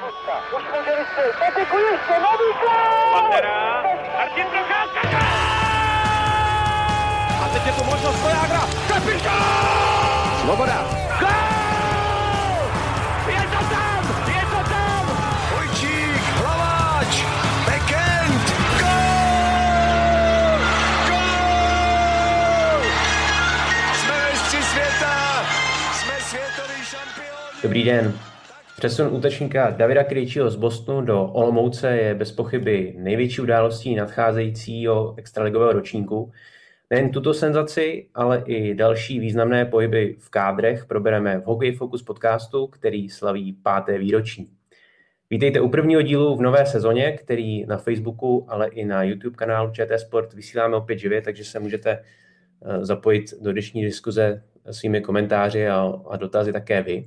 Už může vystřelit, Patiku ještě, nový gól! Pantera, Martin Procházka! A teď je tu možnost Vojágra, kapitán! Svoboda! Gól! Je to tam! Je to tam! Vojčík, Hlaváč, Bekend, gól! Gól! Jsme mistři světa! Jsme světoví šampioni! Dobrý den. Přesun útočníka Davida Krejčího z Bostonu do Olomouce je bez pochyby největší událostí nadcházejícího extraligového ročníku. Nejen tuto senzaci, ale i další významné pohyby v kádrech probereme v Hokej Focus podcastu, který slaví 5. výročí. Vítejte u prvního dílu v nové sezóně, který na Facebooku, ale i na YouTube kanálu ČT Sport vysíláme opět živě, takže se můžete zapojit do dnešní diskuze svými komentáři a dotazy také vy.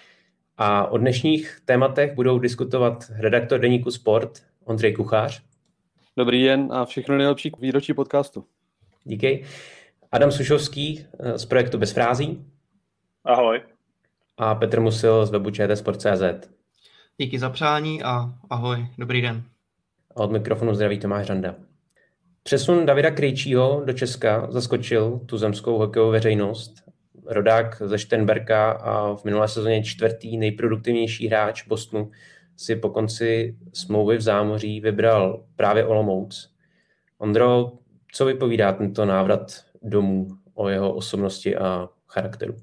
A o dnešních tématech budou diskutovat redaktor deníku Sport Ondřej Kuchař. Dobrý den a všechno nejlepší k výročí podcastu. Díky. Adam Sušovský z projektu Bez frází. Ahoj. A Petr Musil z webu čtsport.cz. Díky za přání a ahoj, dobrý den. A od mikrofonu zdraví Tomáš Randa. Přesun Davida Krejčího do Česka zaskočil tuzemskou hokejovou veřejnost. Rodák ze Šternberka a v minulé sezóně 4. nejproduktivnější hráč Bostonu si po konci smlouvy v zámoří vybral právě Olomouc. Ondro, co vypovídá tento návrat domů o jeho osobnosti a charakteru?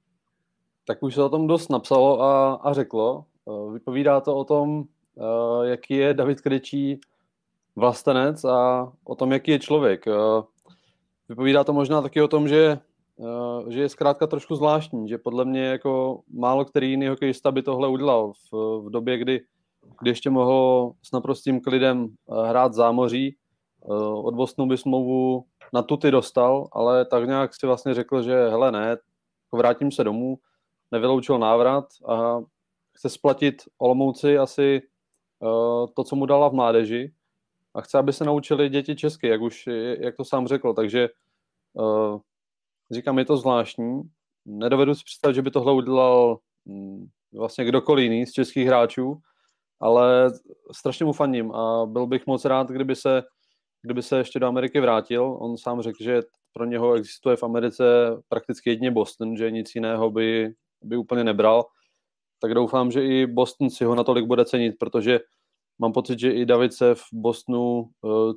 Tak už se o tom dost napsalo a řeklo. Vypovídá to o tom, jaký je David Krejčí vlastenec a o tom, jaký je člověk. Vypovídá to možná taky o tom, že je zkrátka trošku zvláštní, že podle mě jako málo který jiný hokejista by tohle udělal v době, kdy ještě mohl s naprostým klidem hrát zámoří. Od Bostonu by smlouvu na tuty dostal, ale tak nějak si vlastně řekl, že hele ne, vrátím se domů, nevyloučil návrat a chce splatit Olomouci asi to, co mu dala v mládeži a chce, aby se naučili děti česky, jak to sám řekl, takže říkám, je to zvláštní. Nedovedu si představit, že by tohle udělal vlastně kdokoliv jiný z českých hráčů, ale strašně mu fandím a byl bych moc rád, kdyby se ještě do Ameriky vrátil. On sám řekl, že pro něho existuje v Americe prakticky jedině Boston, že nic jiného by úplně nebral. Tak doufám, že i Boston si ho natolik bude cenit, protože mám pocit, že i David se v Bostonu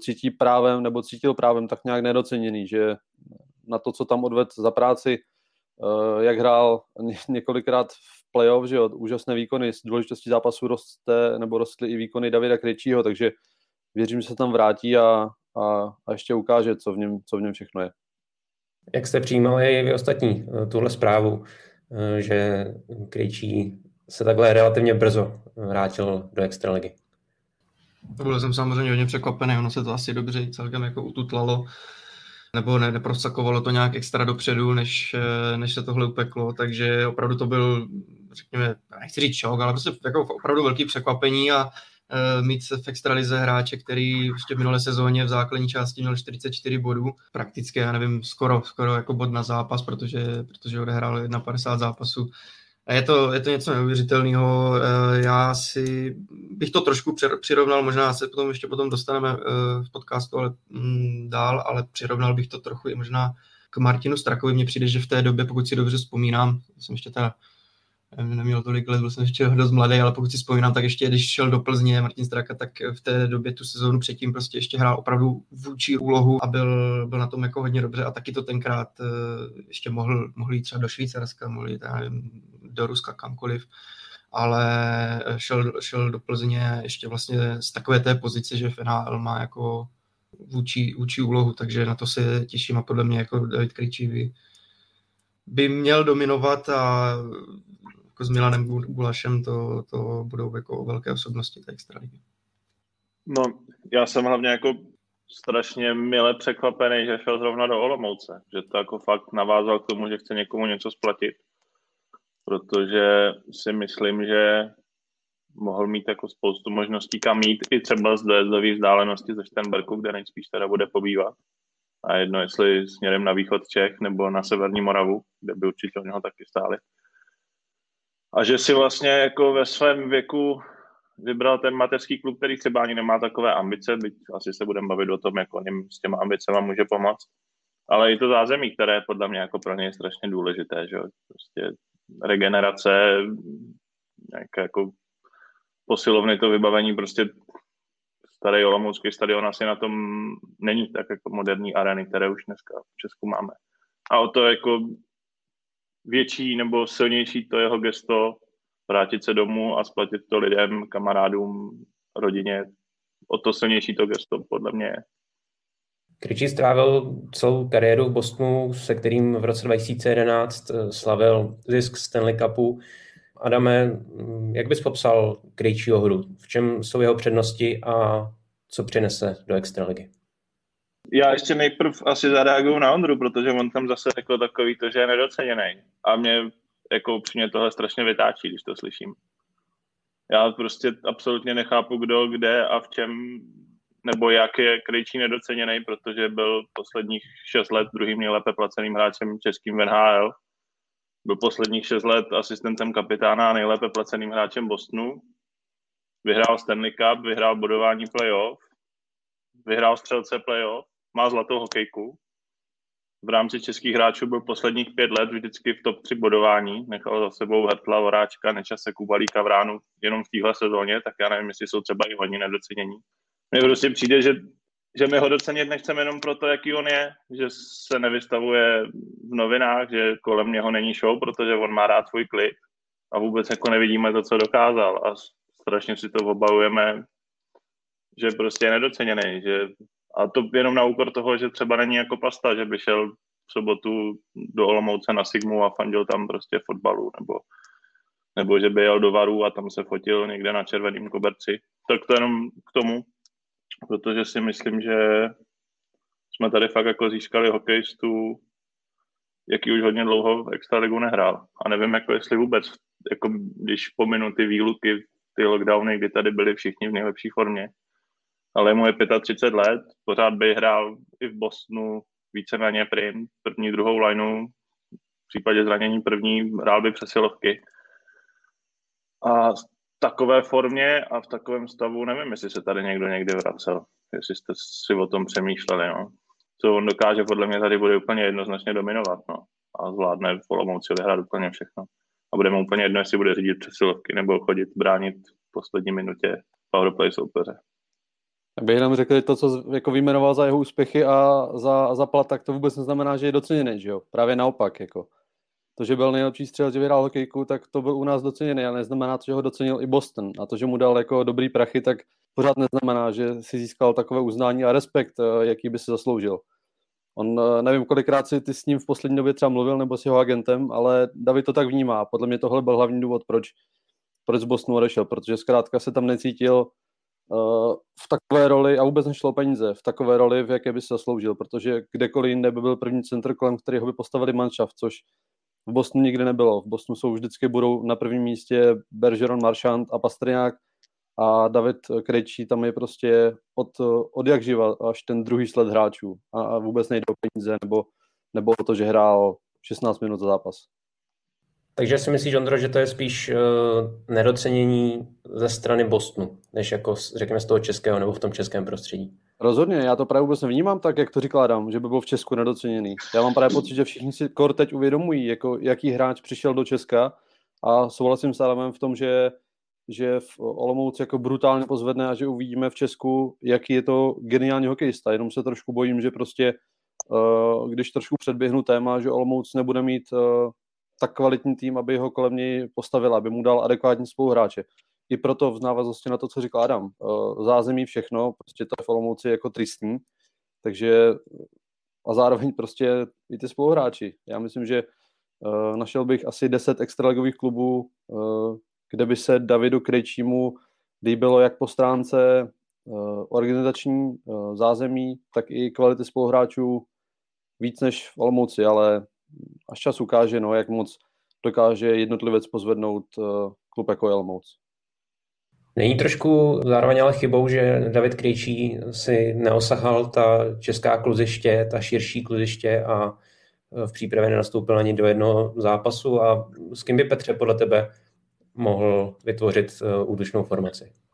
cítil právem tak nějak nedoceněný, že na to, co tam odvedl za práci, jak hrál několikrát v playoff, že jo, úžasné výkony, z důležitosti zápasu rostly i výkony Davida Krejčího, takže věřím, že se tam vrátí a ještě ukáže, co v něm všechno je. Jak jste přijímali i vy ostatní tuhle zprávu, že Krejčí se takhle relativně brzo vrátil do extraligy? Byl jsem samozřejmě hodně překvapený, ono se to asi dobře celkem jako ututlalo, nebo neprosakovalo to nějak extra dopředu, než se tohle upeklo, takže opravdu to byl, řekněme, nechci říct šok, ale prostě jako opravdu velký překvapení a mít se v extralize hráče, který ještě v minulé sezóně v základní části měl 44 bodů, prakticky, já nevím, skoro jako bod na zápas, protože odehrál 51 zápasů. A je to něco neuvěřitelného. Já si bych to trošku přirovnal, možná se potom dostaneme v podcastu dál, ale přirovnal bych to trochu i možná k Martinu Strakovi. Mně přijde, že v té době, pokud si dobře vzpomínám, jsem ještě neměl tolik let, byl jsem ještě dost mladý, ale pokud si vzpomínám, tak ještě když šel do Plzně Martin Straka, tak v té době tu sezónu předtím prostě ještě hrál opravdu vůči úlohu a byl na tom jako hodně dobře a taky to tenkrát ještě mohl jít třeba do Švýcarska, mohl jít do Ruska, kamkoliv, ale šel do Plzně ještě vlastně z takové té pozice, že v NHL má jako vůči úlohu, takže na to se těším a podle mě jako David Krejčí by měl dominovat a jako s Milanem Gulašem to budou jako velké osobnosti té extraligy. No, já jsem hlavně jako strašně mile překvapený, že šel zrovna do Olomouce, že to jako fakt navázal k tomu, že chce někomu něco splatit, protože si myslím, že mohl mít jako spoustu možností kam jít, i třeba z dojezdové vzdálenosti ze Šternberku, kde nejspíš teda bude pobývat. A jedno, jestli směrem na východ Čech nebo na severní Moravu, kde by určitě od něho taky stáli. A že si vlastně jako ve svém věku vybral ten mateřský klub, který třeba ani nemá takové ambice, byť asi se budeme bavit o tom, jak on jim s těma ambicema může pomoct. Ale i to zázemí, které je podle mě jako pro ně strašně důležité, že prostě regenerace, nějaké jako posilovny, to vybavení, prostě starý olomoucký stadion asi na tom není tak jako moderní areny, které už dneska v Česku máme. A o to jako větší nebo silnější to jeho gesto vrátit se domů a splatit to lidem, kamarádům, rodině, o to silnější to gesto podle mě je. Krejčí strávil celou kariéru v Bostonu, se kterým v roce 2011 slavil zisk Stanley Cupu. Adame, jak bys popsal Krejčího hru? V čem jsou jeho přednosti a co přinese do extraligy? Já ještě nejprv asi zareaguju na Ondru, protože on tam zase řekl takový to, že je nedoceněný. A mě jako upřímně tohle strašně vytáčí, když to slyším. Já prostě absolutně nechápu, kdo, kde a v čem nebo jak je Krejčí nedoceněný, protože byl posledních 6 let druhým nejlépe placeným hráčem českým v NHL. Byl posledních 6 let asistentem kapitána a nejlépe placeným hráčem Bostonu. Vyhrál Stanley Cup, vyhrál bodování playoff, vyhrál střelce playoff, má zlatou hokejku. V rámci českých hráčů byl posledních 5 let vždycky v top 3 bodování. Nechal za sebou Hertla, Voráčka, Nečase, Kubalíka, Vránu jenom v téhle sezóně, tak já nevím, jestli jsou třeba i hodně nedocenění. Mně prostě přijde, že my ho docenit nechceme jenom proto, jaký on je, že se nevystavuje v novinách, že kolem něho není show, protože on má rád svůj klid a vůbec jako nevidíme to, co dokázal a strašně si to obavujeme, že prostě je nedoceněný, a to jenom na úkor toho, že třeba není jako Pasta, že by šel v sobotu do Olomouce na Sigmu a fandil tam prostě fotbalu, nebo že by jel do Varu a tam se fotil někde na červeným koberci. Tak to jenom k tomu, protože si myslím, že jsme tady fakt jako získali hokejistu, jaký už hodně dlouho v extraligu nehrál. A nevím, jako jestli vůbec, jako když pominu ty výluky, ty lockdowny, kdy tady byli všichni v nejlepší formě, ale mu je 35 let, pořád by hrál i v Bostonu víceméně první, druhou lineu, v případě zranění první hrál by přesilovky. A v takové formě a v takovém stavu nevím, jestli se tady někdo někdy vracel, jestli jste si o tom přemýšleli. No. Co on dokáže, podle mě tady bude úplně jednoznačně dominovat, no. A zvládne v Olomouci odehrát úplně všechno. A bude mu úplně jedno, jestli bude řídit přesilovky nebo chodit bránit v poslední minutě powerplay soupeře. Abych jenom řekl, to, co jako vyjmenoval za jeho úspěchy a za plat, tak to vůbec neznamená, že je doceněný, že jo? Právě naopak, jako. To, že byl nejlepší střelec, že vyhrál hokejku, tak to byl u nás doceněný, ale neznamená to, že ho docenil i Boston. A to, že mu dal jako dobrý prachy, tak pořád neznamená, že si získal takové uznání a respekt, jaký by si zasloužil. On, nevím, kolikrát si ty s ním v poslední době třeba mluvil, nebo s jeho agentem, ale David to tak vnímá. Podle mě tohle byl hlavní důvod, proč z Bostonu odešel, protože zkrátka se tam necítil v takové roli, a vůbec nešlo o peníze, v takové roli, v jaké by se zasloužil, protože kdekoliv jinde by byl první center, kolem kterého by postavili manšaft, což v Bostonu nikdy nebylo. V Bostonu vždycky budou na prvním místě Bergeron, Marchand a Pastrňák a David Krejčí tam je prostě od jak živa až ten druhý sled hráčů a vůbec nejde o peníze nebo o to, že hrál 16 minut za zápas. Takže si myslíš, Ondro, že to je spíš nedocenění ze strany Bostonu, než jako, řekněme, z toho českého nebo v tom českém prostředí? Rozhodně, já to právě vůbec nevnímám tak, jak to říkal Adam, že by byl v Česku nedoceněný. Já mám právě pocit, že všichni si kor teď uvědomují, jako, jaký hráč přišel do Česka a souhlasím s Adamem v tom, že v Olomouci jako brutálně pozvedne a že uvidíme v Česku, jaký je to geniální hokejista. Jenom se trošku bojím, že prostě, když trošku předběhnu téma, že Olomouc nebude mít tak kvalitní tým, aby ho kolem něj postavil, aby mu dal adekvátní spoluhráče. I proto v návaznosti na to, co říkal Adam, zázemí všechno, prostě to je v Olomouci jako tristní, takže a zároveň prostě i ty spoluhráči. Já myslím, že našel bych asi 10 extraligových klubů, kde by se Davidu Krejčímu líbilo jak po stránce organizační zázemí, tak i kvality spoluhráčů víc než v Olomouci, ale až čas ukáže, no, jak moc dokáže jednotlivec pozvednout klub jako Olomouc. Není trošku zároveň ale chybou, že David Krejčí si neosahal ta česká kluziště, ta širší kluziště a v přípravě nenastoupil ani do jednoho zápasu a s kým by Petře podle tebe mohl vytvořit útočnou formaci?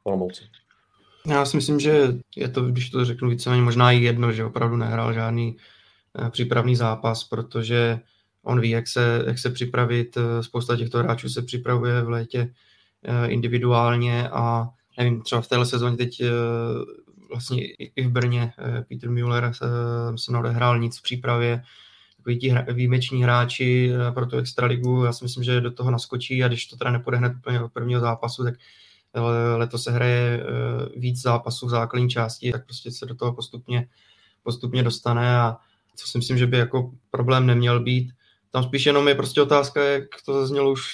Olomouci? Já si myslím, že je to, když to řeknu víceméně, možná i jedno, že opravdu nehrál žádný přípravný zápas, protože on ví, jak se připravit. Spousta těchto hráčů se připravuje v létě individuálně a nevím, třeba v téhle sezóně teď vlastně i v Brně Peter Müller se neodehrál nic v přípravě. Takový ti výjimeční hráči pro tu extraligu, já si myslím, že do toho naskočí a když to teda nepůjde hned úplně od prvního zápasu, tak letos se hraje víc zápasů v základní části, tak prostě se do toho postupně dostane a co si myslím, že by jako problém neměl být. Tam spíš jenom je prostě otázka, jak to zaznělo už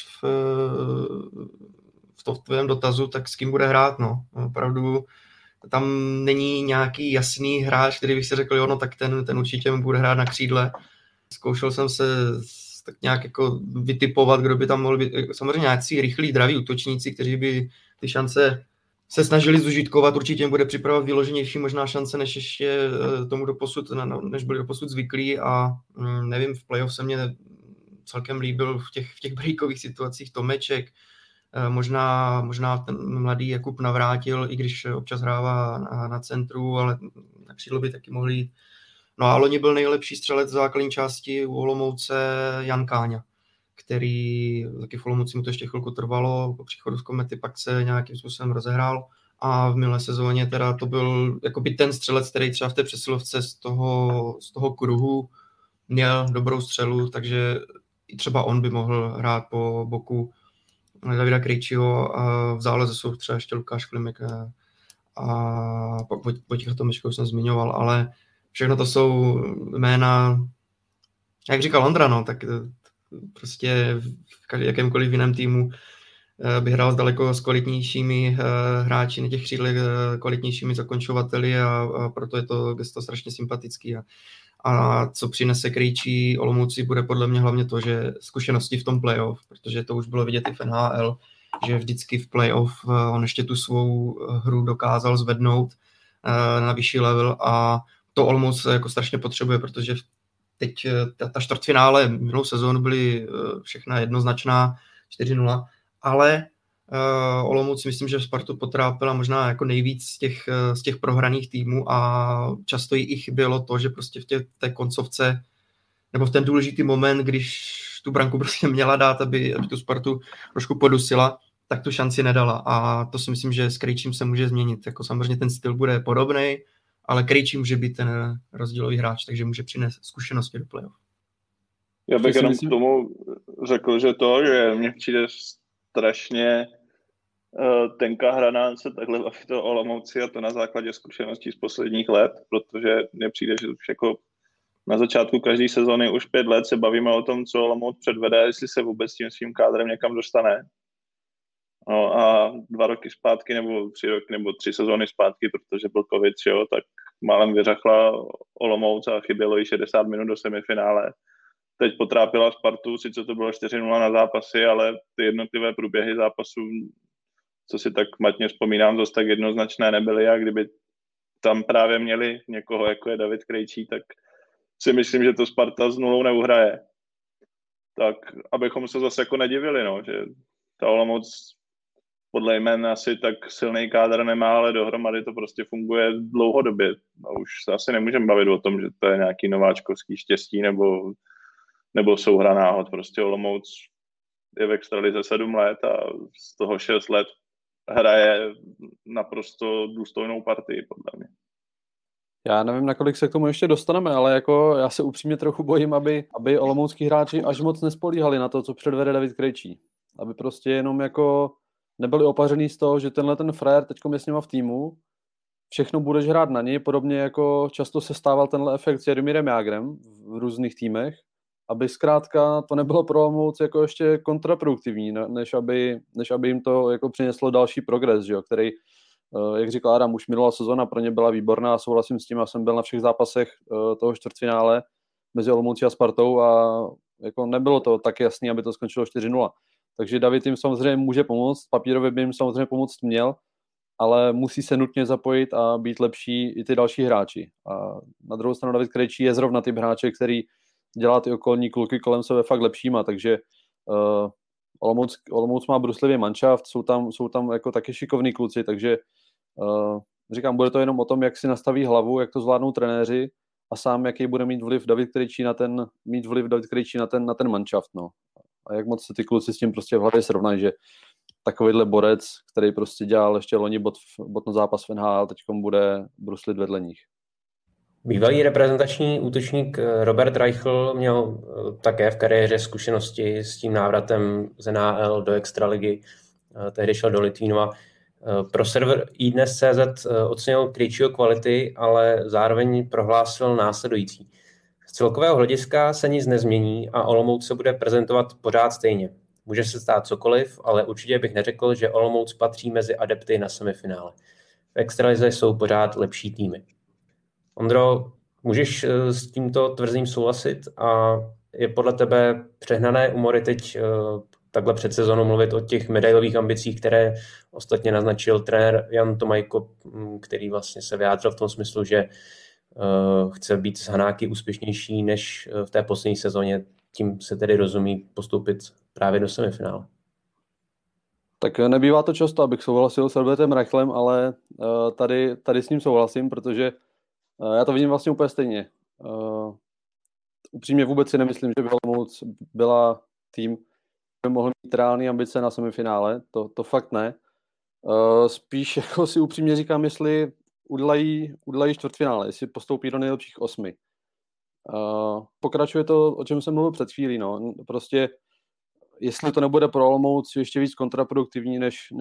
v tvém dotazu, tak s kým bude hrát, no. Opravdu tam není nějaký jasný hráč, který bych si řekl, jo, no tak ten určitě bude hrát na křídle. Zkoušel jsem se tak nějak jako vytipovat, kdo by tam mohl být. Samozřejmě nějací rychlí, draví útočníci, kteří by ty šance se snažili zužitkovat, určitě bude připravovat vyloženější možná šance, než ještě tomu než byli doposud zvyklí a nevím, v playoff se mě celkem líbil v těch breakových situacích Tomeček, možná ten mladý Jakub Navrátil, i když občas hrává na centru, ale na křídlo by taky mohl jít. No a loni byl nejlepší střelec v základní části u Olomouce Jan Káňa, který taky v Olomouci mu to ještě chvilku trvalo, po příchodu z Komety pak se nějakým způsobem rozehrál a v minulé sezóně teda to byl jakoby ten střelec, který třeba v té přesilovce z toho kruhu měl dobrou střelu, takže i třeba on by mohl hrát po boku Davida Krejčího a v záloze jsou třeba ještě Lukáš Klimek a Vojtěcha Tomečka už jsem zmiňoval, ale všechno to jsou jména, jak říkal Ondra, no, tak prostě v jakémkoliv jiném týmu by hrál daleko s kvalitnějšími hráči na těch křídlech, kvalitnějšími zakončovateli a proto je to gesto strašně sympatický. A co přinese Krejčí Olomouci, bude podle mě hlavně to, že zkušenosti v tom playoff, protože to už bylo vidět i v NHL, že vždycky v playoff on ještě tu svou hru dokázal zvednout na vyšší level a to Olomouc jako strašně potřebuje, protože teď ta čtvrtfinále minulou sezónu byly všechna jednoznačná 4-0, ale Olomouc myslím, že Spartu potrápila možná jako nejvíc z těch prohraných týmů a často jí chybělo to, že prostě v té koncovce nebo v ten důležitý moment, když tu branku prostě měla dát, aby tu Spartu trošku podusila, tak tu šanci nedala a to si myslím, že s Krejčím se může změnit. Jako samozřejmě ten styl bude podobný, ale Krejčí může být ten rozdílový hráč, takže může přinést zkušenosti do playoff. Já bych jenom k tomu řekl, že mně přijde strašně tenká hra se takhle baví to Olomouci a to na základě zkušeností z posledních let, protože mně přijde, že už jako na začátku každé sezóny už 5 let se bavíme o tom, co Olomouc předvede, jestli se vůbec tím svým kádrem někam dostane. No a 2 roky zpátky, nebo 3 roky, nebo 3 sezóny zpátky, protože byl covid, jo, tak málem vyřachla Olomouc a chybělo jí 60 minut do semifinále. Teď potrápila Spartu, sice to bylo 4-0 na zápasy, ale ty jednotlivé průběhy zápasů, co si tak matně vzpomínám, zase tak jednoznačné nebyly a kdyby tam právě měli někoho, jako je David Krejčí, tak si myslím, že to Sparta s 0 neuhraje. Tak abychom se zase jako nedivili, no, že ta Olomouc podle jmen asi tak silný kádr nemá, ale dohromady to prostě funguje dlouhodobě. No, už se asi nemůžeme bavit o tom, že to je nějaký nováčkovský štěstí nebo souhra náhod. Prostě Olomouc je v extralize 7 let a z toho 6 let hraje naprosto důstojnou partii, podle mě. Já nevím, nakolik se k tomu ještě dostaneme, ale jako já se upřímně trochu bojím, aby olomoucký hráči až moc nespolíhali na to, co předvede David Krejčí. Aby prostě jenom jako nebyli opařený z toho, že tenhle ten frajer teďkom je s nima v týmu, všechno budeš hrát na něj, podobně jako často se stával tenhle efekt s Jaromírem Jágrem v různých týmech, aby zkrátka to nebylo pro Olomouc jako ještě kontraproduktivní, než aby jim to jako přineslo další progres, že jo, který, jak říkal Adam, už minulá sezona pro ně byla výborná, souhlasím s tím, já jsem byl na všech zápasech toho čtvrtfinále mezi Olomoucí a Spartou a jako nebylo to tak jasný, aby to skončilo 4-0. Takže David jim samozřejmě může pomoct, papírově by jim samozřejmě pomoct měl, ale musí se nutně zapojit a být lepší i ty další hráči. A na druhou stranu David Krejčí je zrovna typ hráče, který dělá ty okolní kluky kolem sebe fakt lepšíma, takže Olomouc má bruslivý manšaft, jsou tam jako taky šikovní kluci, takže říkám, bude to jenom o tom, jak si nastaví hlavu, jak to zvládnou trenéři a sám, jaký bude mít vliv David Krejčí na ten manšaft, no. A jak moc se ty kluci s tím prostě v hlavě srovnají, že takovýhle borec, který prostě dělal ještě loni bot na zápas v NHL, teďkom bude bruslit vedle nich. Bývalý reprezentační útočník Robert Reichel měl také v kariéře zkušenosti s tím návratem z NHL do extraligy. Tehdy šel do Litvínova. Pro server iDnes.cz ocenil Krejčího kvality, ale zároveň prohlásil následující. Z celkového hlediska se nic nezmění a Olomouc se bude prezentovat pořád stejně. Může se stát cokoliv, ale určitě bych neřekl, že Olomouc patří mezi adepty na semifinále. V extralize jsou pořád lepší týmy. Ondro, můžeš s tímto tvrzením souhlasit a je podle tebe přehnané umory teď takhle před sezónou mluvit o těch medailových ambicích, které ostatně naznačil trenér Jan Tomajko, který vlastně se vyjádřil v tom smyslu, že chce být s Hanáky úspěšnější než v té poslední sezóně. Tím se tedy rozumí postoupit právě do semifinále. Tak nebývá to často, abych souhlasil s Robertem Reichlem, ale tady s ním souhlasím, protože já to vidím vlastně úplně stejně. Upřímně vůbec si nemyslím, že by Olomouc byla tým, by mohl mít reální ambice na semifinále. To fakt ne. Spíš jako si upřímně říkám, jestli udlají čtvrtfinále, jestli postoupí do nejlepších 8. Pokračuje to, o čem jsem mluvil před chvílí. No. Prostě jestli to nebude pro Olomouc ještě víc kontraproduktivní,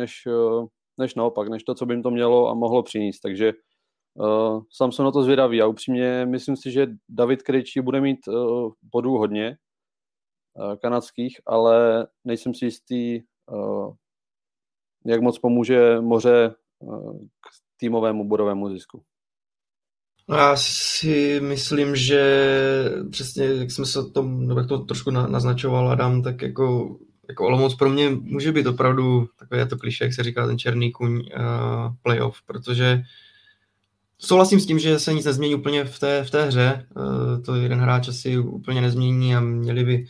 než naopak, než to, co by jim to mělo a mohlo přinést. Takže sám jsem na to zvědavý a upřímně myslím si, že David Krejčí bude mít bodů hodně kanadských, ale nejsem si jistý, jak moc pomůže Moře k týmovému bodovému zisku. No já si myslím, že přesně, jak jsme se jak to trošku naznačoval Adam, tak jako Olomouc pro mě může být opravdu takové to klišé, jak se říká ten černý kuň playoff, protože souhlasím s tím, že se nic nezmění úplně v té hře, to jeden hráč asi úplně nezmění a měli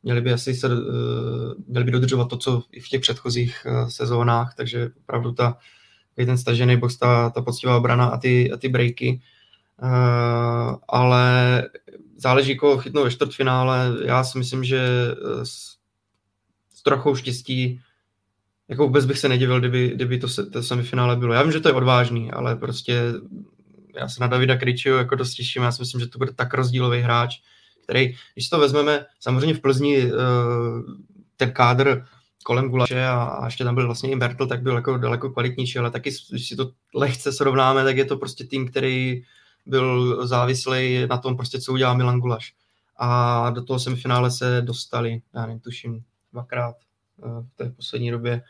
by dodržovat to, co i v těch předchozích sezónách, takže opravdu ten stažený box, ta poctivá obrana a ty breaky, ale záleží, koho chytnou ve čtvrtfinále. Já si myslím, že s trochou štěstí jako vůbec bych se nedivil, kdyby to semifinále bylo. Já vím, že to je odvážný, ale prostě já se na Davida Krejčího jako dost těším. Já si myslím, že to bude tak rozdílový hráč, který, když si to vezmeme, samozřejmě v Plzni ten kádr kolem Gulaše a ještě tam byl vlastně i Bertl, tak byl jako daleko kvalitnější, ale taky, když si to lehce srovnáme, tak je to prostě tým, který byl závislý na tom prostě, co udělal Milan Gulaš. A do toho semifinále se dostali, já nevím, tuším, 2krát v té poslední době.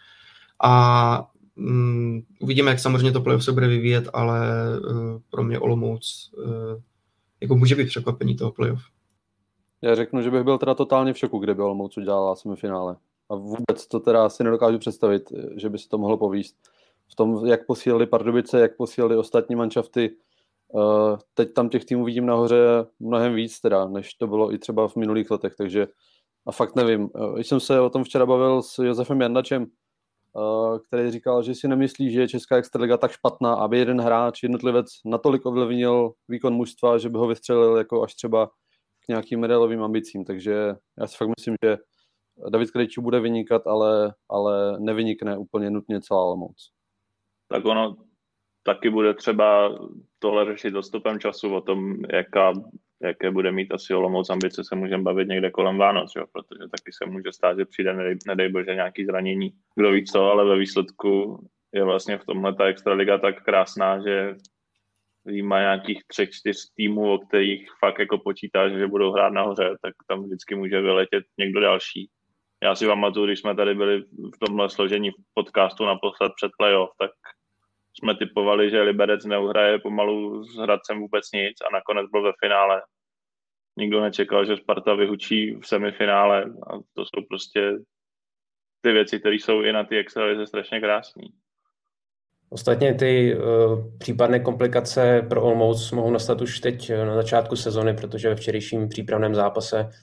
A uvidíme, jak samozřejmě to playoff se bude vyvíjet, ale pro mě Olomouc jako může být překvapení toho playoff. Já řeknu, že bych byl teda totálně v šoku, kdyby Olomouc udělala semifinále. A vůbec to teda si nedokážu představit, že by se to mohlo povíst. V tom, jak posílili Pardubice, jak posílili ostatní manšafty, teď tam těch týmů vidím nahoře mnohem víc teda, než to bylo i třeba v minulých letech, takže a fakt nevím. Když jsem se o tom včera bavil s Josefem Jandačem, který říkal, že si nemyslí, že je česká extraliga tak špatná, aby jeden hráč, jednotlivec natolik ovlivnil výkon mužstva, že by ho vystřelil jako až třeba k nějakým medailovým ambicím, takže já si fakt myslím, že David Krejčí bude vynikat, ale nevynikne úplně nutně celá Olomouc. Tak ono taky bude třeba tohle řešit odstupem času o tom, jaké bude mít asi Olomouc ambice, se můžeme bavit někde kolem Vánoc, jo? Protože taky se může stát, že přijde, nedej bože, nějaký zranění. Kdo ví co, ale ve výsledku je vlastně v tomhle ta extraliga tak krásná, že má nějakých 3-4 týmů, o kterých fakt jako počítáš, že budou hrát nahoře, tak tam vždycky může vyletět někdo další. Já si pamatuju, když jsme tady byli v tomhle složení podcastu naposled před playoff, tak jsme tipovali, že Liberec neuhraje pomalu s Hradcem vůbec nic a nakonec byl ve finále. Nikdo nečekal, že Sparta vyhučí v semifinále a to jsou prostě ty věci, které jsou i na ty extralize strašně krásné. Ostatně ty případné komplikace pro Olomouc mohou nastat už teď na začátku sezony, protože ve včerejším přípravném zápase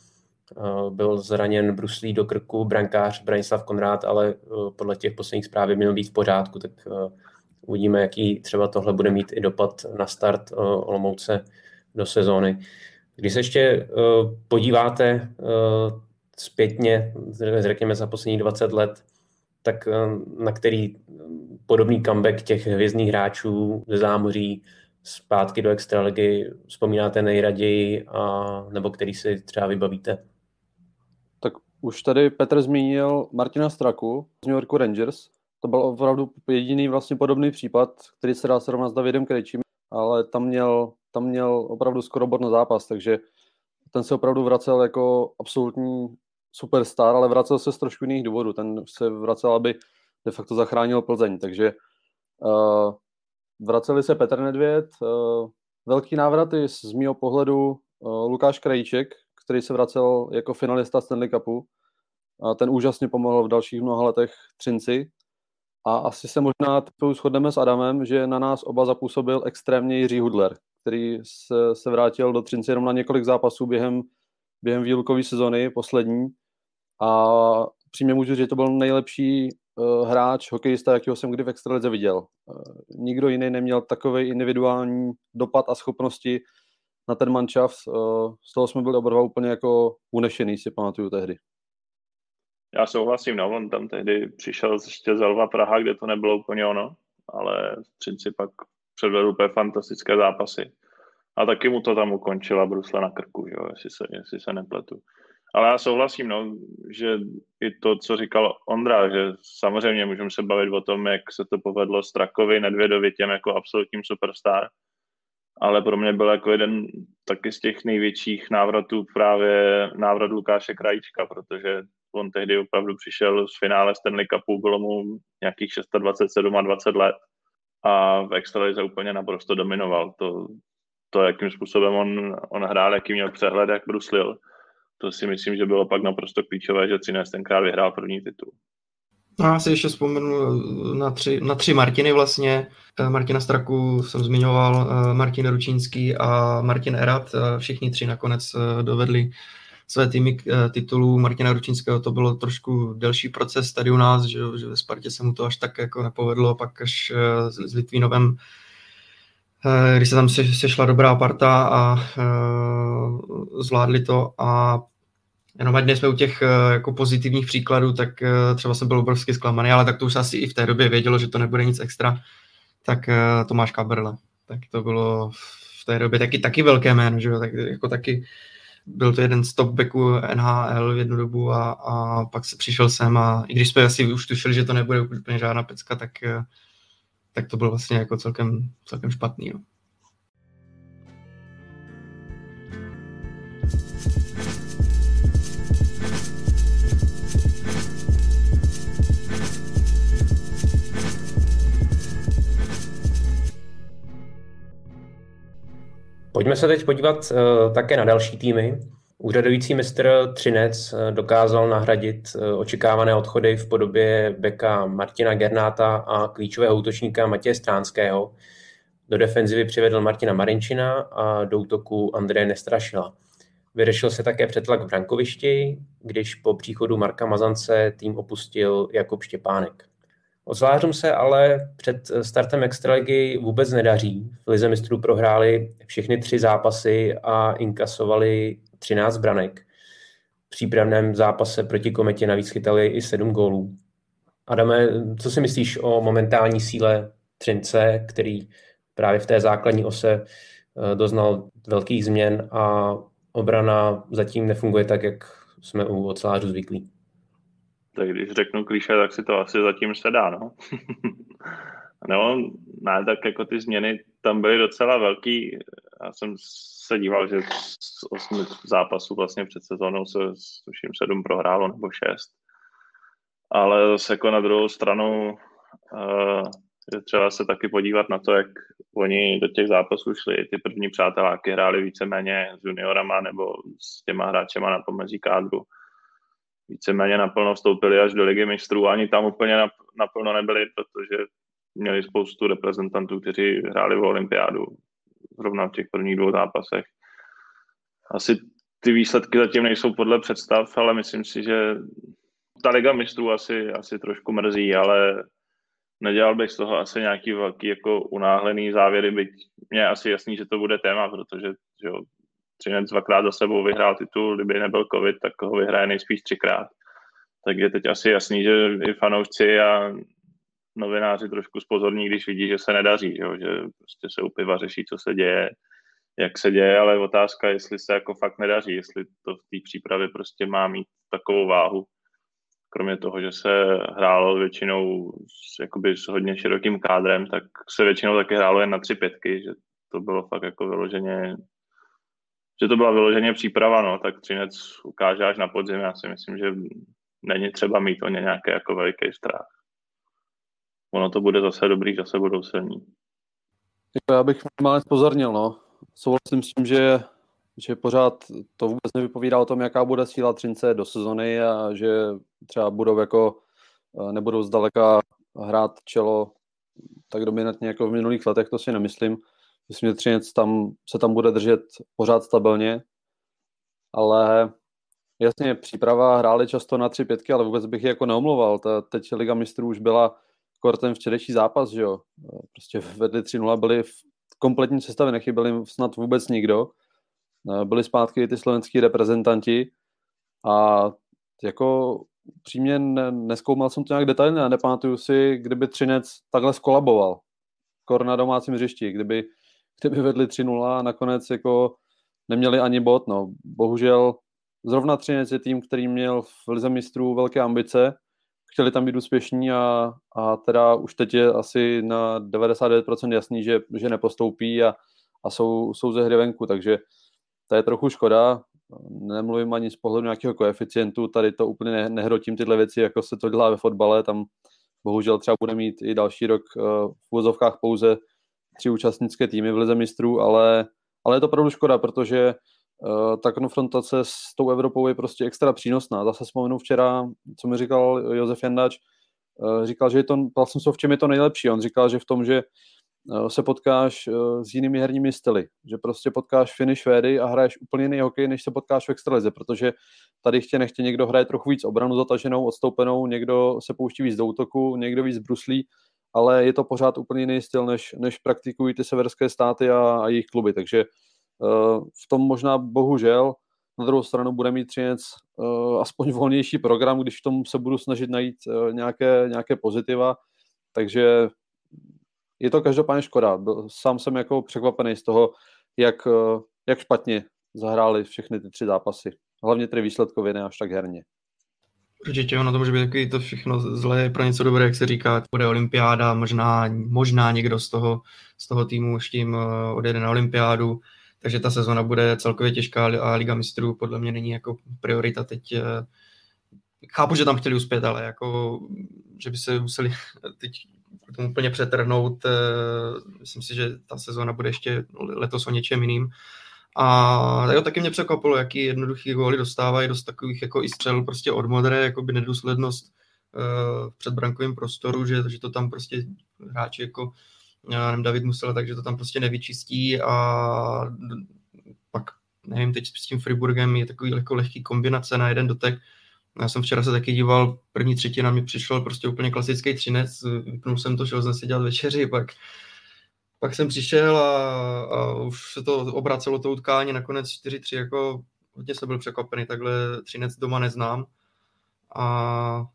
Byl zraněn bruslí do krku brankář Branislav Konrád, ale podle těch posledních zpráv měl být v pořádku, tak uvidíme, jaký třeba tohle bude mít i dopad na start Olomouce do sezóny. Když se ještě podíváte zpětně, řekněme za posledních 20 let, tak na který podobný comeback těch hvězdných hráčů ze zámoří zpátky do extraligy vzpomínáte nejraději, nebo který si třeba vybavíte? Tak už tady Petr zmínil Martina Straku z New Yorku Rangers. To byl opravdu jediný vlastně podobný případ, který se dá srovnat s Davidem Krejčím, ale tam měl opravdu skoro bod na zápas, takže ten se opravdu vracel jako absolutní superstar, ale vracel se z trošku jiných důvodů. Ten se vracel, aby de facto zachránil Plzeň, takže vraceli se Petr Nedvěd, velký návraty z mýho pohledu Lukáš Krajíček, který se vracel jako finalista Stanley Cupu. Ten úžasně pomohl v dalších mnoha letech Třinci. A asi se možná shodneme s Adamem, že na nás oba zapůsobil extrémně Jiří Hudler, který se vrátil do Třince jenom na několik zápasů během výlukové sezony poslední. A přímě můžu říct, že to byl nejlepší hráč, hokejista, jakýho jsem kdy v extralize viděl. Nikdo jiný neměl takový individuální dopad a schopnosti na ten manšaft. Z toho jsme byli oba dva úplně jako unešený, si pamatuju tehdy. Já souhlasím, no, on tam tehdy přišel ještě z Lva Praha, kde to nebylo úplně ono, ale v Třinci pak předvedl úplně fantastické zápasy. A taky mu to tam ukončila brusle na krku, jo, jestli se nepletu. Ale já souhlasím, no, že i to, co říkal Ondra, že samozřejmě můžeme se bavit o tom, jak se to povedlo Strakovi, Nedvědovi, těm jako absolutním superstar, ale pro mě byl jako jeden taky z těch největších návratů právě návrat Lukáše Krajíčka, protože on tehdy opravdu přišel z finále Stanley Cupu, bylo mu nějakých 26, 27 let a v extralize úplně naprosto dominoval. To jakým způsobem on hrál, jaký měl přehled, jak bruslil, to si myslím, že bylo pak naprosto klíčové, že Třinec tenkrát vyhrál první titul. No, já si ještě vzpomenu na tři Martiny vlastně. Martina Straku jsem zmiňoval, Martin Ručínský a Martin Erat. Všichni tři nakonec dovedli své týmy k titulu. Martina Ručínského to bylo trošku delší proces tady u nás, že ve Spartě se mu to až tak jako nepovedlo, pak až s Litvínovem, když se tam sešla dobrá parta a zvládli to. A jenom ať nejsme u těch jako pozitivních příkladů, tak třeba jsem byl obrovsky zklamaný, ale tak to už asi i v té době vědělo, že to nebude nic extra, tak Tomáš Kaberle. Tak to bylo v té době taky velké jméno, že jo, tak jako taky byl to jeden z top backů NHL v jednu dobu a pak se přišel sem a i když jsme asi už tušili, že to nebude úplně žádná pecka, tak to bylo vlastně jako celkem špatný. No. Pojďme se teď podívat také na další týmy. Úřadující mistr Třinec dokázal nahradit očekávané odchody v podobě beka Martina Gernáta a klíčového útočníka Matěje Stránského. Do defenzivy přivedl Martina Marinčina a do útoku Andreje Nestrašila. Vyřešil se také přetlak v brankovišti, když po příchodu Marka Mazance tým opustil Jakub Štěpánek. Ocelářům se ale před startem extraligy vůbec nedaří. V lize mistrů prohráli všechny 3 zápasy a inkasovali 13 branek. V přípravném zápase proti Kometě navíc chytali i 7 gólů. Adame, co si myslíš o momentální síle Třince, který právě v té základní ose doznal velkých změn a obrana zatím nefunguje tak, jak jsme u ocelářů zvyklí? Tak když řeknu klišé, tak si to asi zatím se dá, no. No, ne, tak jako ty změny tam byly docela velký. Já jsem se díval, že z 8 zápasů vlastně před sezónou se tuším 7 prohrálo nebo 6. Ale zase jako na druhou stranu je třeba se taky podívat na to, jak oni do těch zápasů šli. Ty první přáteláky hráli víceméně s juniorama nebo s těma hráčema na pomezí kádru. Víceméně naplno vstoupili až do Ligy mistrů. Ani tam úplně naplno nebyli, protože měli spoustu reprezentantů, kteří hráli v olympiádu zrovna v těch prvních 2 zápasech. Asi ty výsledky zatím nejsou podle představ, ale myslím si, že ta Liga mistrů asi trošku mrzí, ale nedělal bych z toho asi nějaký velký jako unáhlený závěry, byť mě je asi jasný, že to bude téma, protože že jo, Třinec 2krát za sebou vyhrál titul, kdyby nebyl covid, tak ho vyhraje nejspíš 3krát. Tak je teď asi jasný, že i fanoušci a novináři trošku zpozorní, když vidí, že se nedaří, jo, že prostě se u piva řeší, co se děje, jak se děje, ale otázka, jestli se jako fakt nedaří, jestli to v té přípravě prostě má mít takovou váhu. Kromě toho, že se hrálo většinou s hodně širokým kádrem, tak se většinou taky hrálo jen na 3-5, že to bylo fakt jako vyloženě, že to byla vyloženě příprava, no, tak Třinec ukáže až na podzim. Já si myslím, že není třeba mít o ně nějaký jako veliký strach. Ono to bude zase dobrý, zase budou silní. Já bych minimálně zpozornil, no. Souhlasím s tím, že pořád to vůbec nevypovídá o tom, jaká bude síla Třince do sezony a že třeba nebudou zdaleka hrát čelo tak dominantně jako v minulých letech, to si nemyslím. Myslím, že Třinec se tam bude držet pořád stabilně, ale jasně příprava hráli často na 3-5, ale vůbec bych je jako neomlouval. Teď Liga mistrů už byla ten včerejší zápas, že jo. Prostě vedli 3-0, byli v kompletní sestavě, nechyběli snad vůbec nikdo. Byli zpátky i ty slovenský reprezentanti a jako přímě nezkoumal jsem to nějak detailně a nepamatuju si, kdyby Třinec takhle skolaboval. Skoro na domácím hřišti, kdyby vedli 3-0 a nakonec jako neměli ani bod. No. Bohužel zrovna Třinec je tým, který měl v Lize mistrů velké ambice, chtěli tam být úspěšní a teda už teď je asi na 99% jasný, že nepostoupí a jsou ze hry venku, takže to je trochu škoda. Nemluvím ani z pohledu nějakého koeficientu, tady to úplně nehrotím tyhle věci, jako se to dělá ve fotbale, tam bohužel třeba bude mít i další rok v uvozovkách pouze 3 účastnické týmy v Lize mistrů, ale je to opravdu škoda, protože ta konfrontace s tou Evropou je prostě extra přínosná. Zase vzpomenu včera, co mi říkal Josef Jandač, říkal, že v čem je to nejlepší. On říkal, že v tom, že se potkáš s jinými herními styly, že prostě potkáš Finy, Švédy a hraješ úplně jiný hokej, než se potkáš v extralize, protože tady nechtě někdo hraje trochu víc obranu zataženou, odstoupenou, někdo se pouští víc do útoku, někdo víc bruslí, ale je to pořád úplně jiný styl, než praktikují ty severské státy a jejich kluby, takže v tom možná bohužel. Na druhou stranu bude mít Třinec aspoň volnější program, když v tom se budu snažit najít nějaké pozitiva, takže je to každopádně škoda. Sám jsem jako překvapený z toho, jak špatně zahráli všechny ty 3 zápasy. Hlavně tedy výsledkově, ne až tak herně. Určitě, ono to může být takový to všechno zlé pro něco dobré, jak se říká, bude olympiáda, možná někdo z toho týmu už tím odjede na olympiádu, takže ta sezona bude celkově těžká a Liga mistrů podle mě není jako priorita teď. Chápu, že tam chtěli uspět, ale jako, že by se museli teď tomu úplně přetrhnout. Myslím si, že ta sezona bude ještě letos o něčem jiným. A jo, taky mě překvapilo, jaký jednoduchý góly dostávají, dost takových jako i střel prostě od modré, jakoby nedůslednost v předbrankovém prostoru, že to tam prostě hráči jako David Musel, takže to tam prostě nevyčistí a pak nevím, teď s tím Friburgem je takový jako lehký kombinace na jeden dotek. Já jsem včera se taky díval, první třetina mi přišel prostě úplně klasický Třinec, vypnul jsem to, šel jsem si dělat večeři, pak jsem přišel a už se to obracelo to utkání, nakonec 4-3, jako hodně jsem byl překvapený, takhle Třinec doma neznám a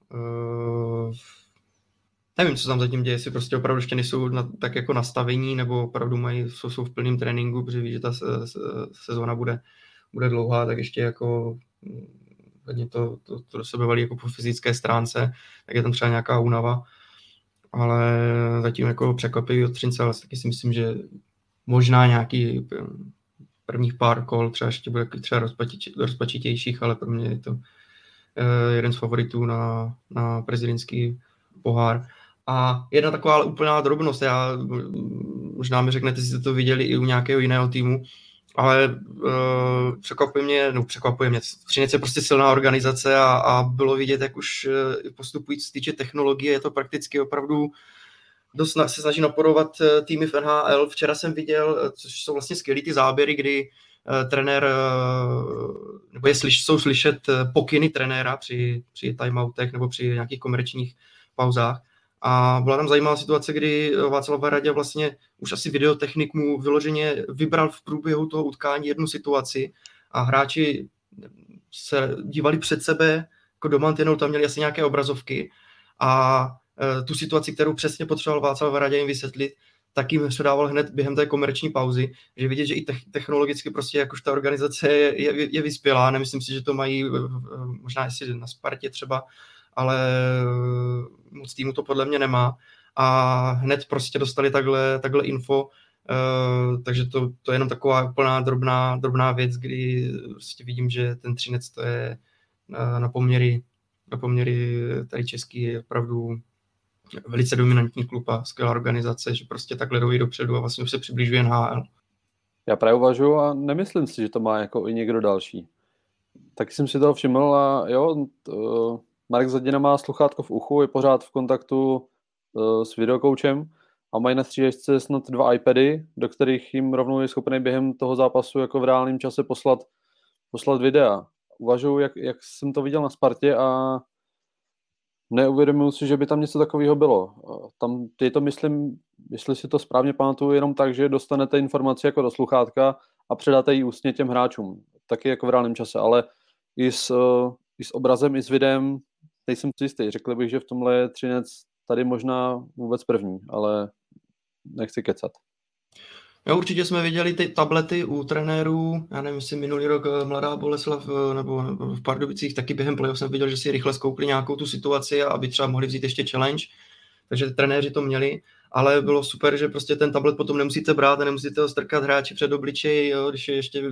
nevím, co tam zatím děje, jestli prostě opravdu ještě nejsou tak jako nastavení, nebo opravdu jsou v plném tréninku, protože ví, že ta sezóna bude dlouhá, tak ještě jako hodně to do sebe valí jako po fyzické stránce, tak je tam třeba nějaká únava, ale zatím jako překvapivý od Třince, ale taky si myslím, že možná nějaký prvních pár kol třeba ještě bude třeba rozpačitějších, ale pro mě je to jeden z favoritů na prezidentský pohár. A jedna taková úplná drobnost, možná mi řeknete, jestli jste to viděli i u nějakého jiného týmu, ale překvapuje mě. Třinec je prostě silná organizace a bylo vidět, jak už postupujíc z týče technologie, je to prakticky opravdu dost se snaží napodovat týmy v NHL. Včera jsem viděl, což jsou vlastně skvělý ty záběry, kdy trenér, nebo jsou slyšet pokyny trenéra při timeoutech nebo při nějakých komerčních pauzách. A byla tam zajímavá situace, kdy Václav Hradě vlastně už asi videotechnik mu vyloženě vybral v průběhu toho utkání jednu situaci a hráči se dívali před sebe, jako do mantinelu, tam měli asi nějaké obrazovky a tu situaci, kterou přesně potřeboval Václav Hradě jim vysvětlit, tak jim předával hned během té komerční pauzy, že vidět, že i technologicky prostě jakož ta organizace je vyspělá, nemyslím si, že to mají možná jestli na Spartě třeba, ale moc týmu to podle mě nemá a hned prostě dostali takhle info, takže to je jenom taková úplná drobná věc, kdy prostě vidím, že ten Třinec to je na poměry tady český je opravdu velice dominantní klub a skvělá organizace, že prostě takhle jdou dopředu a vlastně už se přibližuje NHL. Já právě uvažuji a nemyslím si, že to má jako i někdo další. Taky jsem si toho všiml a jo, Marek Zadina má sluchátko v uchu, je pořád v kontaktu s videokoučem a mají na střídačce snad 2 iPady, do kterých jim rovnou je schopný během toho zápasu jako v reálném čase poslat videa. Uvažuji, jak jsem to viděl na Spartě a neuvědomuji si, že by tam něco takového bylo. Tam je to, myslím, jestli si to správně pamatuju, jenom tak, že dostanete informaci jako do sluchátka a předáte ji ústně těm hráčům. Taky jako v reálném čase, ale i s obrazem, i s videem nejsem si jistý. Řekl bych, že v tomhle je Třinec tady možná vůbec první, ale nechci kecat. Jo, určitě jsme viděli ty tablety u trenérů, já nevím, jestli minulý rok Mladá Boleslav nebo v Pardubicích, taky během playoff jsem viděl, že si rychle zkoukli nějakou tu situaci, aby třeba mohli vzít ještě challenge, takže trenéři to měli, ale bylo super, že prostě ten tablet potom nemusíte brát a nemusíte ho strkat hráči před obličej, jo, když je ještě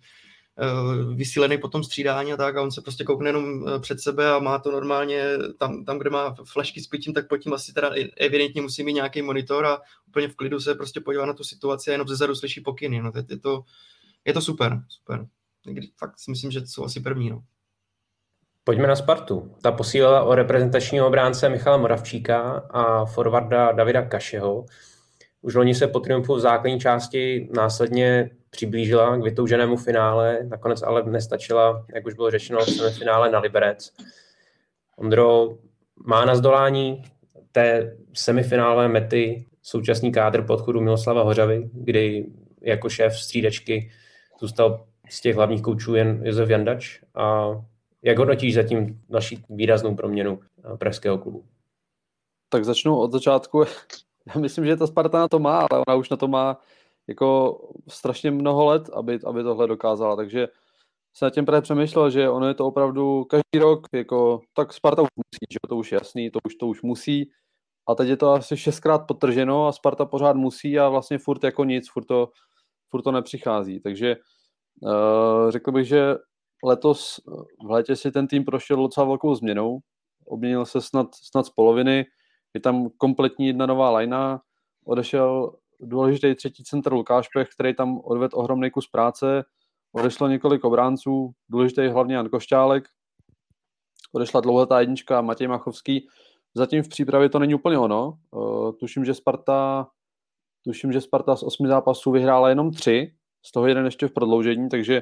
vysílený potom střídání a tak a on se prostě koukne jenom před sebe a má to normálně tam kde má flashky s pitím, tak pod tím asi teda evidentně musí mít nějaký monitor a úplně v klidu se prostě podívá na tu situaci a jenom zezadu slyší pokyny. No, je to super. Fakt si myslím, že to jsou asi první. No. Pojďme na Spartu. Ta posílila o reprezentačního obránce Michala Moravčíka a forwarda Davida Kašeho. Už loni se po triumfu v základní části následně přiblížila k vytouženému finále, nakonec ale nestačila, jak už bylo řečeno, v semifinále na Liberec. Ondro, má na zdolání té semifinálové mety současný kádr podchodu Miloslava Hořavy, kdy jako šéf střídačky zůstal z těch hlavních koučů jen Josef Jandač. A jak hodnotíš zatím naši výraznou proměnu pražského klubu? Tak začnu od začátku. Já myslím, že ta Sparta na to má, ale ona už na to má jako strašně mnoho let, aby tohle dokázala, takže se nad tím právě přemýšlel, že ono je to opravdu každý rok, jako tak Sparta už musí, že to už je jasný, to už musí a teď je to asi 6krát podtrženo a Sparta pořád musí a vlastně furt jako nic, furt to nepřichází, takže řekl bych, že letos v létě si ten tým prošel docela velkou změnou, obměnil se snad z poloviny, je tam kompletní jedna nová lajna, odešel důležitý třetí centr Lukáš Pech, který tam odvedl ohromný kus práce, odešlo několik obránců, důležitý hlavně Jan Košťálek, odešla dlouhatá jednička Matěj Machovský, zatím v přípravě to není úplně ono, tuším, že Sparta z 8 zápasů vyhrála jenom 3, z toho jeden ještě v prodloužení, takže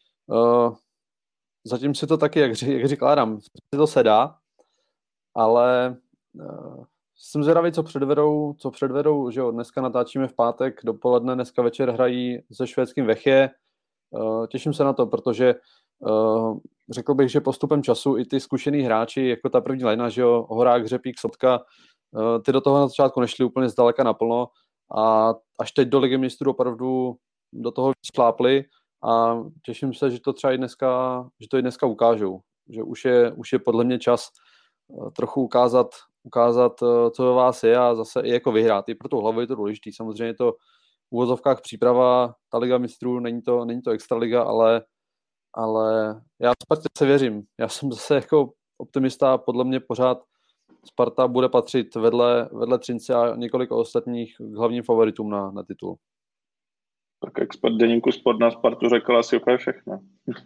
zatím si to taky, jak říkal Adam, si to sedá, ale jsem zvědavý, co předvedou, že jo, dneska natáčíme v pátek, dopoledne, dneska večer hrají se švédským Vechě. Těším se na to, protože řekl bych, že postupem času i ty zkušený hráči, jako ta první lajna, že jo, Horák, Řepík, Sotka, ty do toho na začátku nešli úplně zdaleka naplno a až teď do Ligy mistrů opravdu do toho šlápli a těším se, že to třeba i dneska ukážou, že už je podle mě čas trochu ukázat, co ve vás je a zase i jako vyhrát. I pro tu hlavu je to důležitý. Samozřejmě to v uvozovkách příprava, ta Liga mistrů, není to extraliga, ale já Spartě se věřím. Já jsem zase jako optimista a podle mě pořád Sparta bude patřit vedle Třince a několik ostatních k hlavním favoritům na titul. Tak expert deníku Sport na Spartu řekl asi úplně všechno.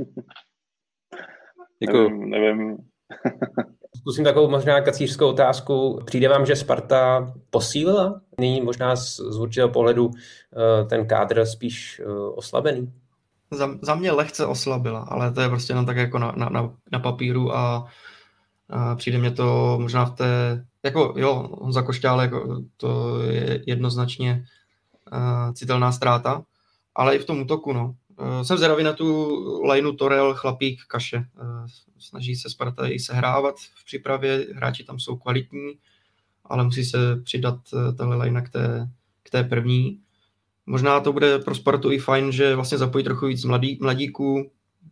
Děkuju. Nevím. Zkusím takovou možná kacířskou otázku. Přijde vám, že Sparta posílila? Nyní možná z určitého pohledu ten kádr spíš oslabený? za mě lehce oslabila, ale to je prostě jenom tak jako na papíru a přijde mě to možná v té, jako jo, Honza Košťál, jako to je jednoznačně citelná ztráta, ale i v tom útoku, no. Jsem zvědavý na tu lineu Torel, Chlapík, Kaše. Snaží se Sparta i sehrávat v přípravě, hráči tam jsou kvalitní, ale musí se přidat tahle linea k té první. Možná to bude pro Spartu i fajn, že vlastně zapojí trochu víc mladíků.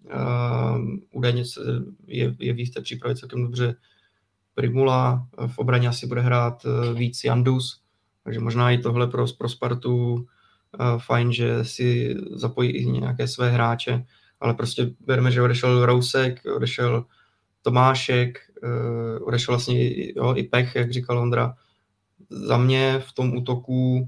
Údajně je v té přípravě celkem dobře Primula, v obraně asi bude hrát víc Jandus, takže možná i tohle pro Spartu fajn, že si zapojí i nějaké své hráče, ale prostě bereme, že odešel Rousek, odešel Tomášek, odešel vlastně i Pech, jak říkal Ondra. Za mě v tom útoku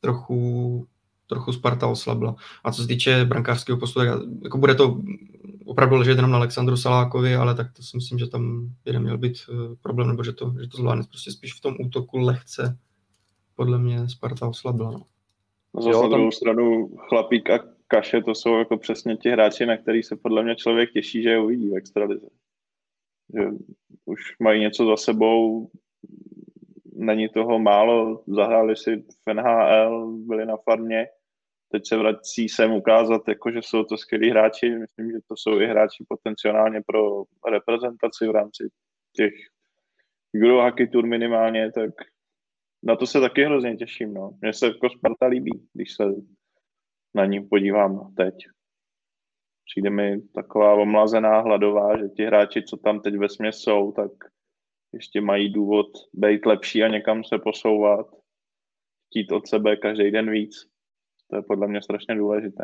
trochu Sparta oslabla. A co se týče brankářského postu, jako bude to opravdu ležet jenom na Alexandru Salákovi, ale tak to si myslím, že tam jeden měl být problém, nebo že to zvládne. Prostě spíš v tom útoku lehce podle mě Sparta oslabla. No. Zase na druhou stranu Chlapík a Kaše, to jsou jako přesně ti hráči, na který se podle mě člověk těší, že je uvidí v extralize. Že už mají něco za sebou, není toho málo, zahráli si v NHL, byli na farmě, teď se vrací sem ukázat, jako, že jsou to skvělí hráči, myslím, že to jsou i hráči potenciálně pro reprezentaci v rámci těch Eurohockey Tour minimálně, tak na to se taky hrozně těším. No. Mně se jako Sparta líbí, když se na ní podívám teď. Přijde mi taková omlazená, hladová, že ti hráči, co tam teď vesměs jsou, tak ještě mají důvod být lepší a někam se posouvat, chtít od sebe každý den víc. To je podle mě strašně důležité.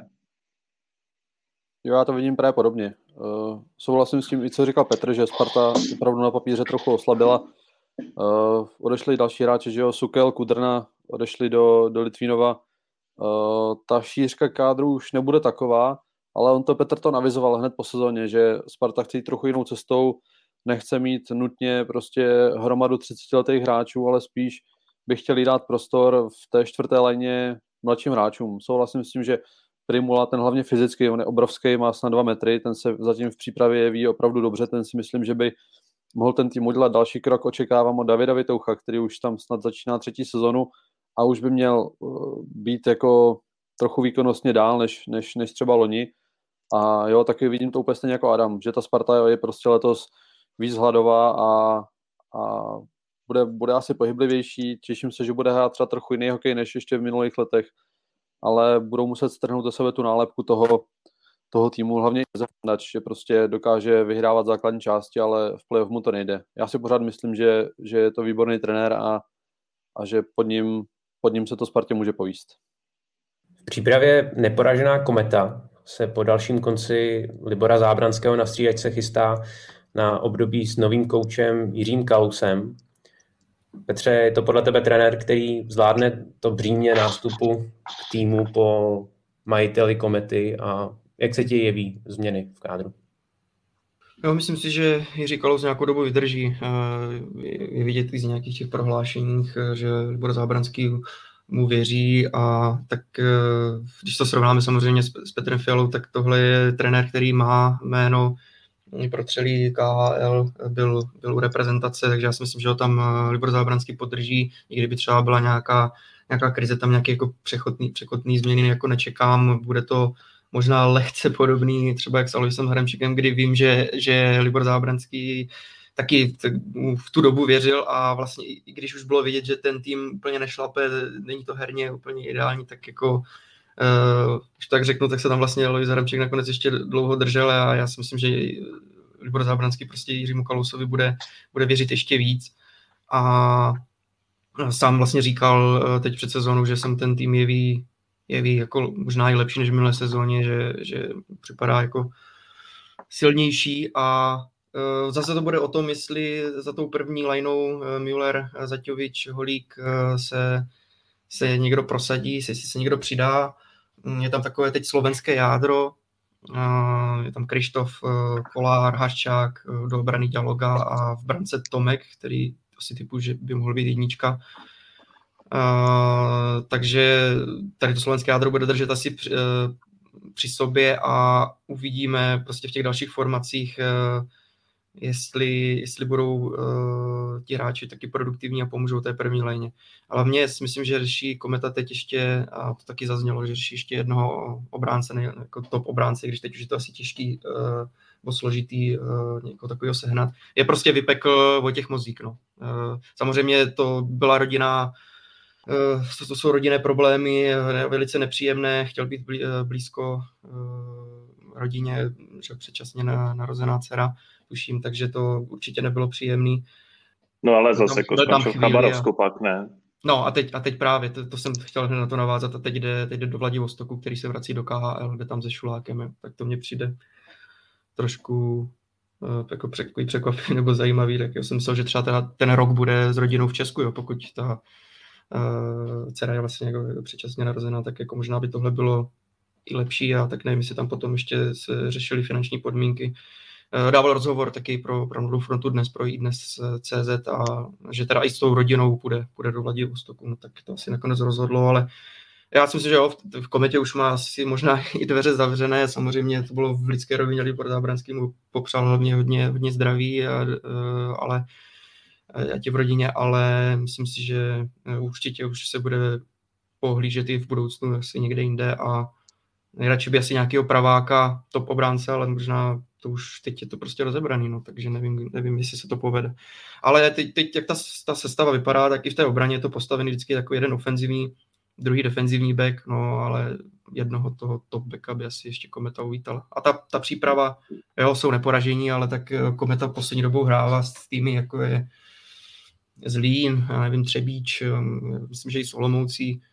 Jo, já to vidím právě podobně. Souhlasím s tím, i co říkal Petr, že Sparta opravdu na papíře trochu oslabila. Odešli další hráči, že jo, Sukel, Kudrna, odešli do Litvínova. Ta šířka kádru už nebude taková, ale on to Petr to navizoval hned po sezóně, že Sparta chce jít trochu jinou cestou, nechce mít nutně prostě hromadu 30letých hráčů, ale spíš by chtěli dát prostor v té čtvrté lajně mladším hráčům. Souhlasím s tím, že Primula, ten hlavně fyzicky, on je obrovský, má snad 2 metry, ten se zatím v přípravě jeví opravdu dobře, ten si myslím, že by mohl ten tým udělat další krok, očekávám od Davida Vitoucha, který už tam snad začíná 3. sezonu a už by měl být jako trochu výkonnostně dál, než třeba loni. A jo, taky vidím to úplně stejně jako Adam, že ta Sparta je prostě letos víc hladová a bude asi pohyblivější. Těším se, že bude hrát třeba trochu jiný hokej, než ještě v minulých letech, ale budou muset strhnout do sebe tu nálepku toho týmu, hlavně Zafandač, že prostě dokáže vyhrávat základní části, ale v playoff mu to nejde. Já si pořád myslím, že je to výborný trenér a že pod ním se to Spartě může povíst. V přípravě neporažená Kometa se po dalším konci Libora Zábranského na střídačce chystá na období s novým koučem Jiřím Kalousem. Petře, je to podle tebe trenér, který zvládne to břímě nástupu k týmu po majiteli Komety a jak se ti jeví změny v kádru? Jo, myslím si, že Jiří Kalous nějakou dobu vydrží. Je vidět i z nějakých těch prohlášeních, že Libor Zábranský mu věří a tak když to srovnáme samozřejmě s Petrem Fialou, tak tohle je trenér, který má jméno protřelý KHL, byl u reprezentace, takže já si myslím, že ho tam Libor Zábranský podrží, i kdyby třeba byla nějaká krize, tam nějaké jako překotný změny jako nečekám, bude to možná lehce podobný, třeba jak s Aloisem Hremčíkem, kdy vím, že Libor Zábranský taky v tu dobu věřil a vlastně i když už bylo vidět, že ten tým úplně nešlape, není to herně úplně ideální, tak jako když tak řeknu, tak se tam vlastně Alois Hremčík nakonec ještě dlouho držel a já si myslím, že Libor Zábranský prostě Jiřímu Kalousovi bude věřit ještě víc a sám vlastně říkal teď před sezónou, že jsem ten tým jeví jako možná i lepší než v minulé sezóně, že připadá jako silnější a zase to bude o tom, jestli za tou první lineou Müller, Zaťovič, Holík se někdo prosadí, jestli se někdo přidá. Je tam takové teď slovenské jádro, je tam Krištof, Kolár, Haščák, do obrany Dialoga a v brance Tomek, který asi typu, že by mohl být jednička. Takže tady to slovenské jádro bude držet asi při sobě a uvidíme prostě v těch dalších formacích, jestli budou ti hráči taky produktivní a pomůžou té první léně. Ale mě myslím, že řeší Kometa teď ještě, a to taky zaznělo, že řeší ještě jednoho obránce, jako top obránce, když teď už je to asi těžký nebo složitý někoho takového sehnat. Je prostě vypekl Vojtěch Mozík. No. Samozřejmě to byla rodina, to jsou rodinné problémy, velice nepříjemné, chtěl být blízko rodině, že předčasně narozená dcera, tuším, takže to určitě nebylo příjemný. No ale zase jako skončil v Chabarovsku pak, ne? No a teď právě, to jsem chtěl na to navázat a teď jde do Vladivostoku, který se vrací do KHL, jde tam se Šulákem, tak to mně přijde trošku jako překvapivý nebo zajímavý, tak já jsem myslel, že třeba ten rok bude s rodinou v Česku, jo, pokud ta dcera je vlastně jako předčasně narozená, tak jako možná by tohle bylo i lepší a tak nevím, jestli tam potom ještě se řešily finanční podmínky. Dával rozhovor taky pro Mladou frontu dnes, pro iDnes.cz a že teda i s tou rodinou půjde do Vladivostoku, no tak to asi nakonec rozhodlo, ale já si myslím, že jo, v Kometě už má asi možná i dveře zavřené, samozřejmě to bylo v lidské rovině, Libor Zábranský mu popřál hlavně hodně zdraví, ale ať je v rodině, ale myslím si, že určitě už se bude pohlížet i v budoucnu asi někde jinde a nejradši by asi nějakého praváka, top obránce, ale možná to už teď je to prostě rozebraný, no, takže nevím, jestli se to povede. Ale teď jak ta sestava vypadá, tak i v té obraně je to postavený vždycky jako jeden ofenzivní, druhý defenzivní back, no, ale jednoho toho top backa by asi ještě Kometa uvítala. A ta příprava, jo, jsou neporažení, ale tak Kometa poslední dobou hrává s týmy, jako je Zlín, já nevím, Třebíč, myslím, že i s Olomoucí.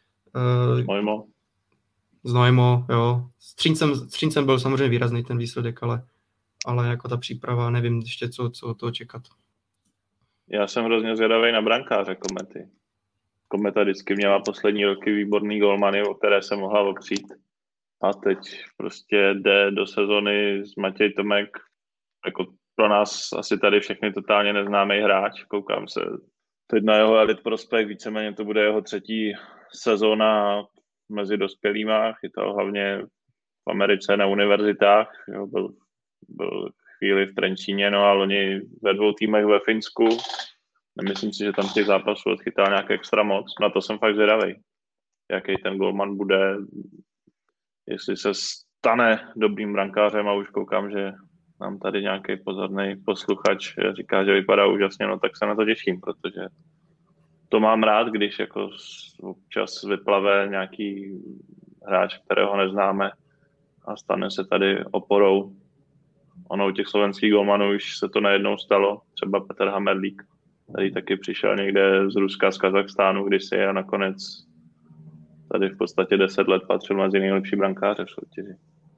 Znojmo, jo. S Třincem byl samozřejmě výrazný ten výsledek, ale jako ta příprava, nevím ještě, co od toho čekat. Já jsem hrozně zvědavý na brankáře Komety. Kometa vždycky měla poslední roky výborný golmany, o které se mohla opřít. A teď prostě jde do sezony s Matěj Tomek, jako pro nás asi tady všechny totálně neznámý hráč. Koukám se teď na jeho Elite Prospekt, víceméně to bude jeho třetí sezóna mezi dospělýma, chytal hlavně v Americe na univerzitách, jo, byl chvíli v Trenčíně, no a loni ve 2 týmech ve Finsku. Nemyslím si, že tam těch zápasů odchytal nějak extra moc, na to jsem fakt zvědavý, jaký ten golman bude, jestli se stane dobrým brankářem a už koukám, že nám tady nějaký pozorný posluchač říká, že vypadá úžasně, no tak se na to těším, protože to mám rád, když jako občas vyplave nějaký hráč, kterého neznáme a stane se tady oporou. Ono u těch slovenských golmanů už se to nejednou stalo, třeba Petr Hamerlík, který taky přišel někde z Ruska, z Kazachstánu kdysi a nakonec tady v podstatě 10 let patřil mezi nejlepší brankáře v soutěži.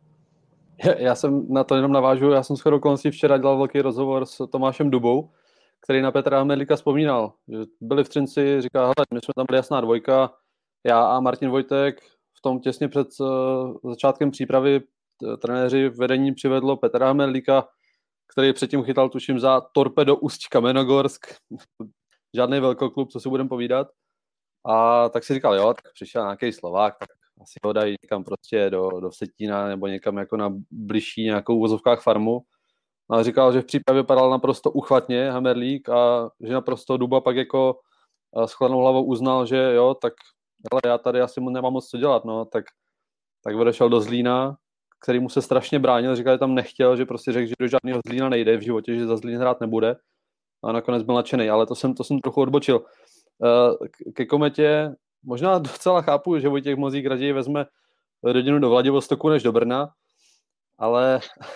Já jsem na to jenom navážu, já jsem shodou okolností včera dělal velký rozhovor s Tomášem Dubou, který na Petra Hamerlíka vzpomínal, že byli v Třinci, říká, hele, my jsme tam byli jasná dvojka, já a Martin Vojtek, v tom těsně před začátkem přípravy trenéři vedení přivedlo Petra Hamerlíka, který předtím chytal, tuším, za Torpedo Ústí Kamenogorsk, žádný velkoklub, co si budeme povídat. A tak si říkal, jo, tak přišel nějaký Slovák, tak asi ho dají někam prostě do Vsetína nebo někam jako na bližší nějakou uvozovkách farmu. A říkal, že v přípravě vypadal naprosto uchvatně Hamerlík a že naprosto Duba pak jako s chladnou hlavou uznal, že jo, tak hele, já tady asi nemám moc co dělat, no, tak odešel do Zlína, který mu se strašně bránil, říkal, že tam nechtěl, že prostě řekl, že do žádného Zlína nejde v životě, že za Zlín hrát nebude a nakonec byl nadšenej, ale to jsem trochu odbočil. Ke Kometě možná docela chápu, že Vojtěch Mozík raději vezme rodinu do Vladivostoku než do Brna, ale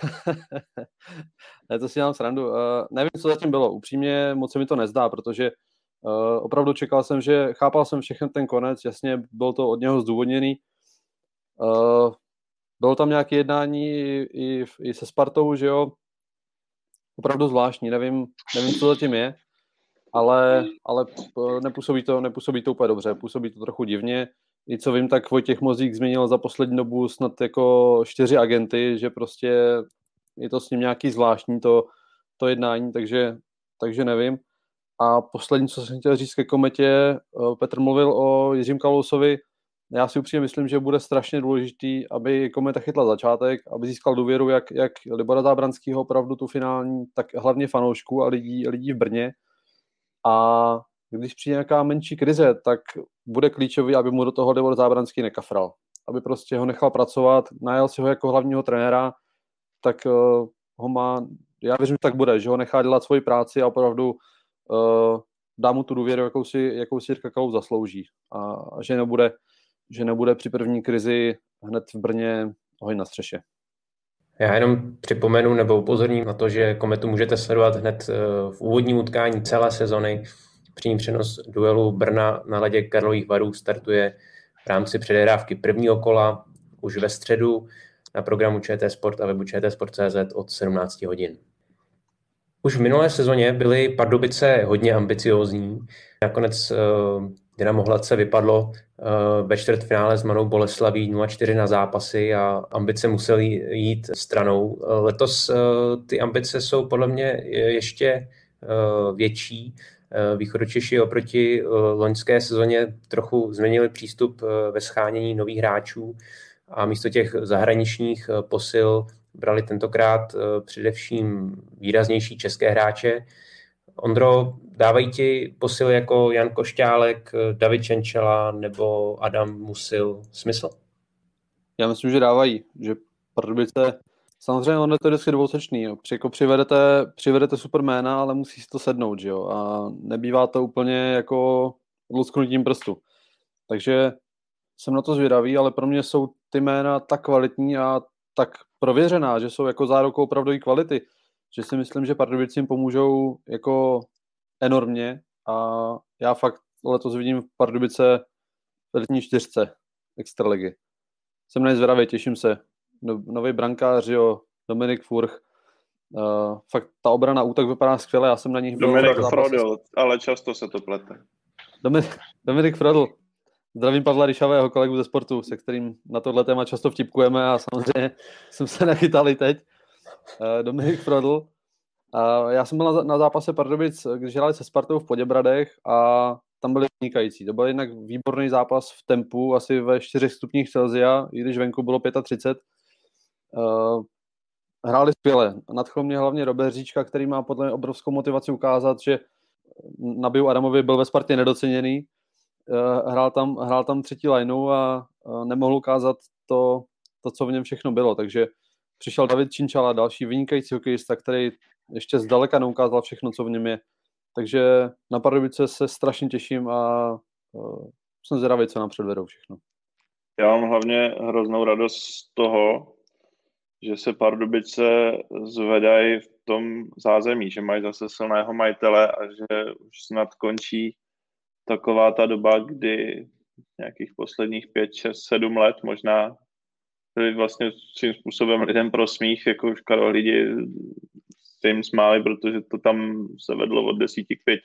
ne, to si dělám srandu. Nevím, co zatím bylo. Upřímně moc se mi to nezdá, protože opravdu čekal jsem, že chápal jsem všechny ten konec, jasně bylo to od něho zdůvodněný. Bylo tam nějaké jednání i se Spartou, že jo, opravdu zvláštní, nevím, co zatím je, ale nepůsobí to úplně dobře, působí to trochu divně. I co vím, tak Vojtěch Mozík změnil za poslední dobu snad jako 4 agenty, že prostě je to s ním nějaký zvláštní to jednání, takže nevím. A poslední, co jsem chtěl říct ke Kometě, Petr mluvil o Jiřím Kalousovi, já si upřímně myslím, že bude strašně důležitý, aby Kometa chytla začátek, aby získal důvěru jak Libora Zábranského, opravdu tu finální, tak hlavně fanoušků a lidí v Brně. A když přijde nějaká menší krize, tak bude klíčový, aby mu do toho Libor Zábranský nekafral. Aby prostě ho nechal pracovat, najel si ho jako hlavního trenéra, tak ho má, já věřím, že tak bude, že ho nechá dělat svoji práci a opravdu dá mu tu důvěru, jakou si Jirka Kalous zaslouží. A že nebude při první krizi hned v Brně oheň na střeše. Já jenom připomenu nebo upozorním na to, že Kometu můžete sledovat hned v úvodním utkání celé sezony. Přímý přenos duelu Brna na ledě Karlových Varů startuje v rámci předehrávky prvního kola už ve středu na programu ČT Sport a webu čtsport.cz od 17 hodin. Už v minulé sezóně byly Pardubice hodně ambiciózní. Nakonec Dynamo Hladce vypadlo ve čtvrtfinále s Mladou Boleslaví 0-4 na zápasy a ambice musely jít stranou. Letos ty ambice jsou podle mě ještě větší. Východočeši oproti loňské sezóně trochu změnili přístup ve shánění nových hráčů a místo těch zahraničních posil brali tentokrát především výraznější české hráče. Ondro, dávají ti posily jako Jan Košťálek, David Čenčela nebo Adam Musil smysl? Já myslím, že dávají, že Pardubice, samozřejmě on je to vždycky dvousečný, jako přivedete super jména, ale musí si to sednout, že jo, a nebývá to úplně jako lusknutím prstu. Takže jsem na to zvědavý, ale pro mě jsou ty jména tak kvalitní a tak prověřená, že jsou jako zárukou opravdové kvality, že si myslím, že Pardubicím pomůžou jako enormně a já fakt letos vidím v Pardubice v letní 4 extraligy. Jsem nejzvědavý, těším se. Nový brankář, jo, Dominik Furch. Fakt ta obrana útok vypadá skvěle, já jsem na nich byl. Dominik Frodl, ale často se to plete. Dominik Frodl. Zdravím Pavla Ryšavého, kolegu ze sportu, se kterým na tohle téma často vtipkujeme a samozřejmě jsem se nachytal teď. Dominik Frodl. Já jsem byl na zápase Pardubic, když hráli se Spartou v Poděbradech a tam byli vynikající. To byl jednak výborný zápas v tempu, asi ve 4 stupních Celsia, i když venku bylo 35. Hráli skvěle. Nadchl mě hlavně Robert Říčka, který má podle mě obrovskou motivaci ukázat, že na Biu Adamovi byl ve Spartě nedoceněný. Hrál tam třetí lineu a nemohl ukázat to, co v něm všechno bylo. Takže přišel David Činčala, další vynikající hokejista, který ještě zdaleka neukázal všechno, co v něm je. Takže na Pardubice se strašně těším a jsem zvědavý, co nám předvedou všechno. Já mám hlavně hroznou radost z toho, že se Pardubice zvedají v tom zázemí, že mají zase silného majitele a že už snad končí taková ta doba, kdy nějakých posledních 5, 6, 7 let možná byli vlastně svým způsobem lidem pro smích, jako už lidi se jim smáli, protože to tam se vedlo od 10 k 5.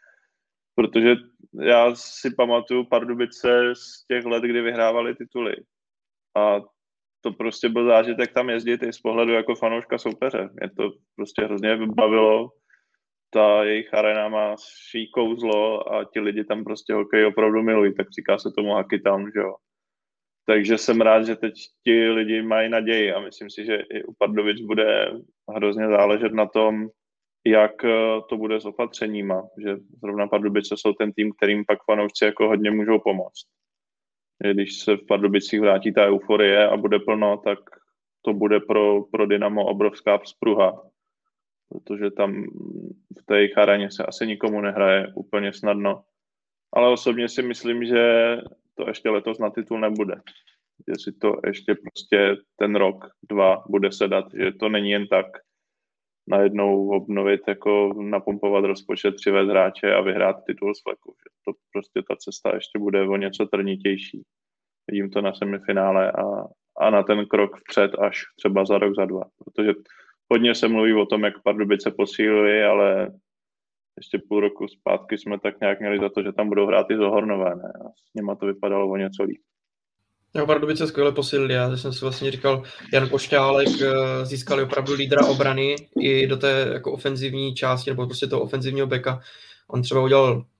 Protože já si pamatuju Pardubice z těch let, kdy vyhrávali tituly. A to prostě byl zážitek tam jezdit i z pohledu jako fanouška soupeře. Mě to prostě hrozně vybavilo. Ta jejich arena má ší kouzlo a ti lidi tam prostě hokej opravdu milují, tak říká se tomu Hockey Town, že jo. Takže jsem rád, že teď ti lidi mají naději a myslím si, že i u Pardubic bude hrozně záležet na tom, jak to bude s opatřeníma, že zrovna Pardubice jsou ten tým, kterým pak fanoušci jako hodně můžou pomoct. Když se v Pardubicích vrátí ta euforie a bude plno, tak to bude pro Dynamo obrovská vzpruha, protože tam v té jejich aréně se asi nikomu nehraje úplně snadno. Ale osobně si myslím, že to ještě letos na titul nebude. Že si to ještě prostě ten rok, 2 bude sedat, že to není jen tak najednou obnovit, jako napumpovat rozpočet, přivést hráče a vyhrát titul z fleku. Že to prostě ta cesta ještě bude o něco trnitější. Vidím to na semifinále a na ten krok vpřed až třeba za rok, za 2. Protože hodně se mluví o tom, jak Pardubice posílili, ale ještě půl roku zpátky jsme tak nějak měli za to, že tam budou hrát i Zohornové, ne? A s nima to vypadalo o něco líp. Jo, Pardubice skvěle posílili. Já jsem si vlastně říkal, Jan Košťálek získali opravdu lídra obrany i do té jako ofenzivní části, nebo prostě toho ofenzivního beka. On třeba udělal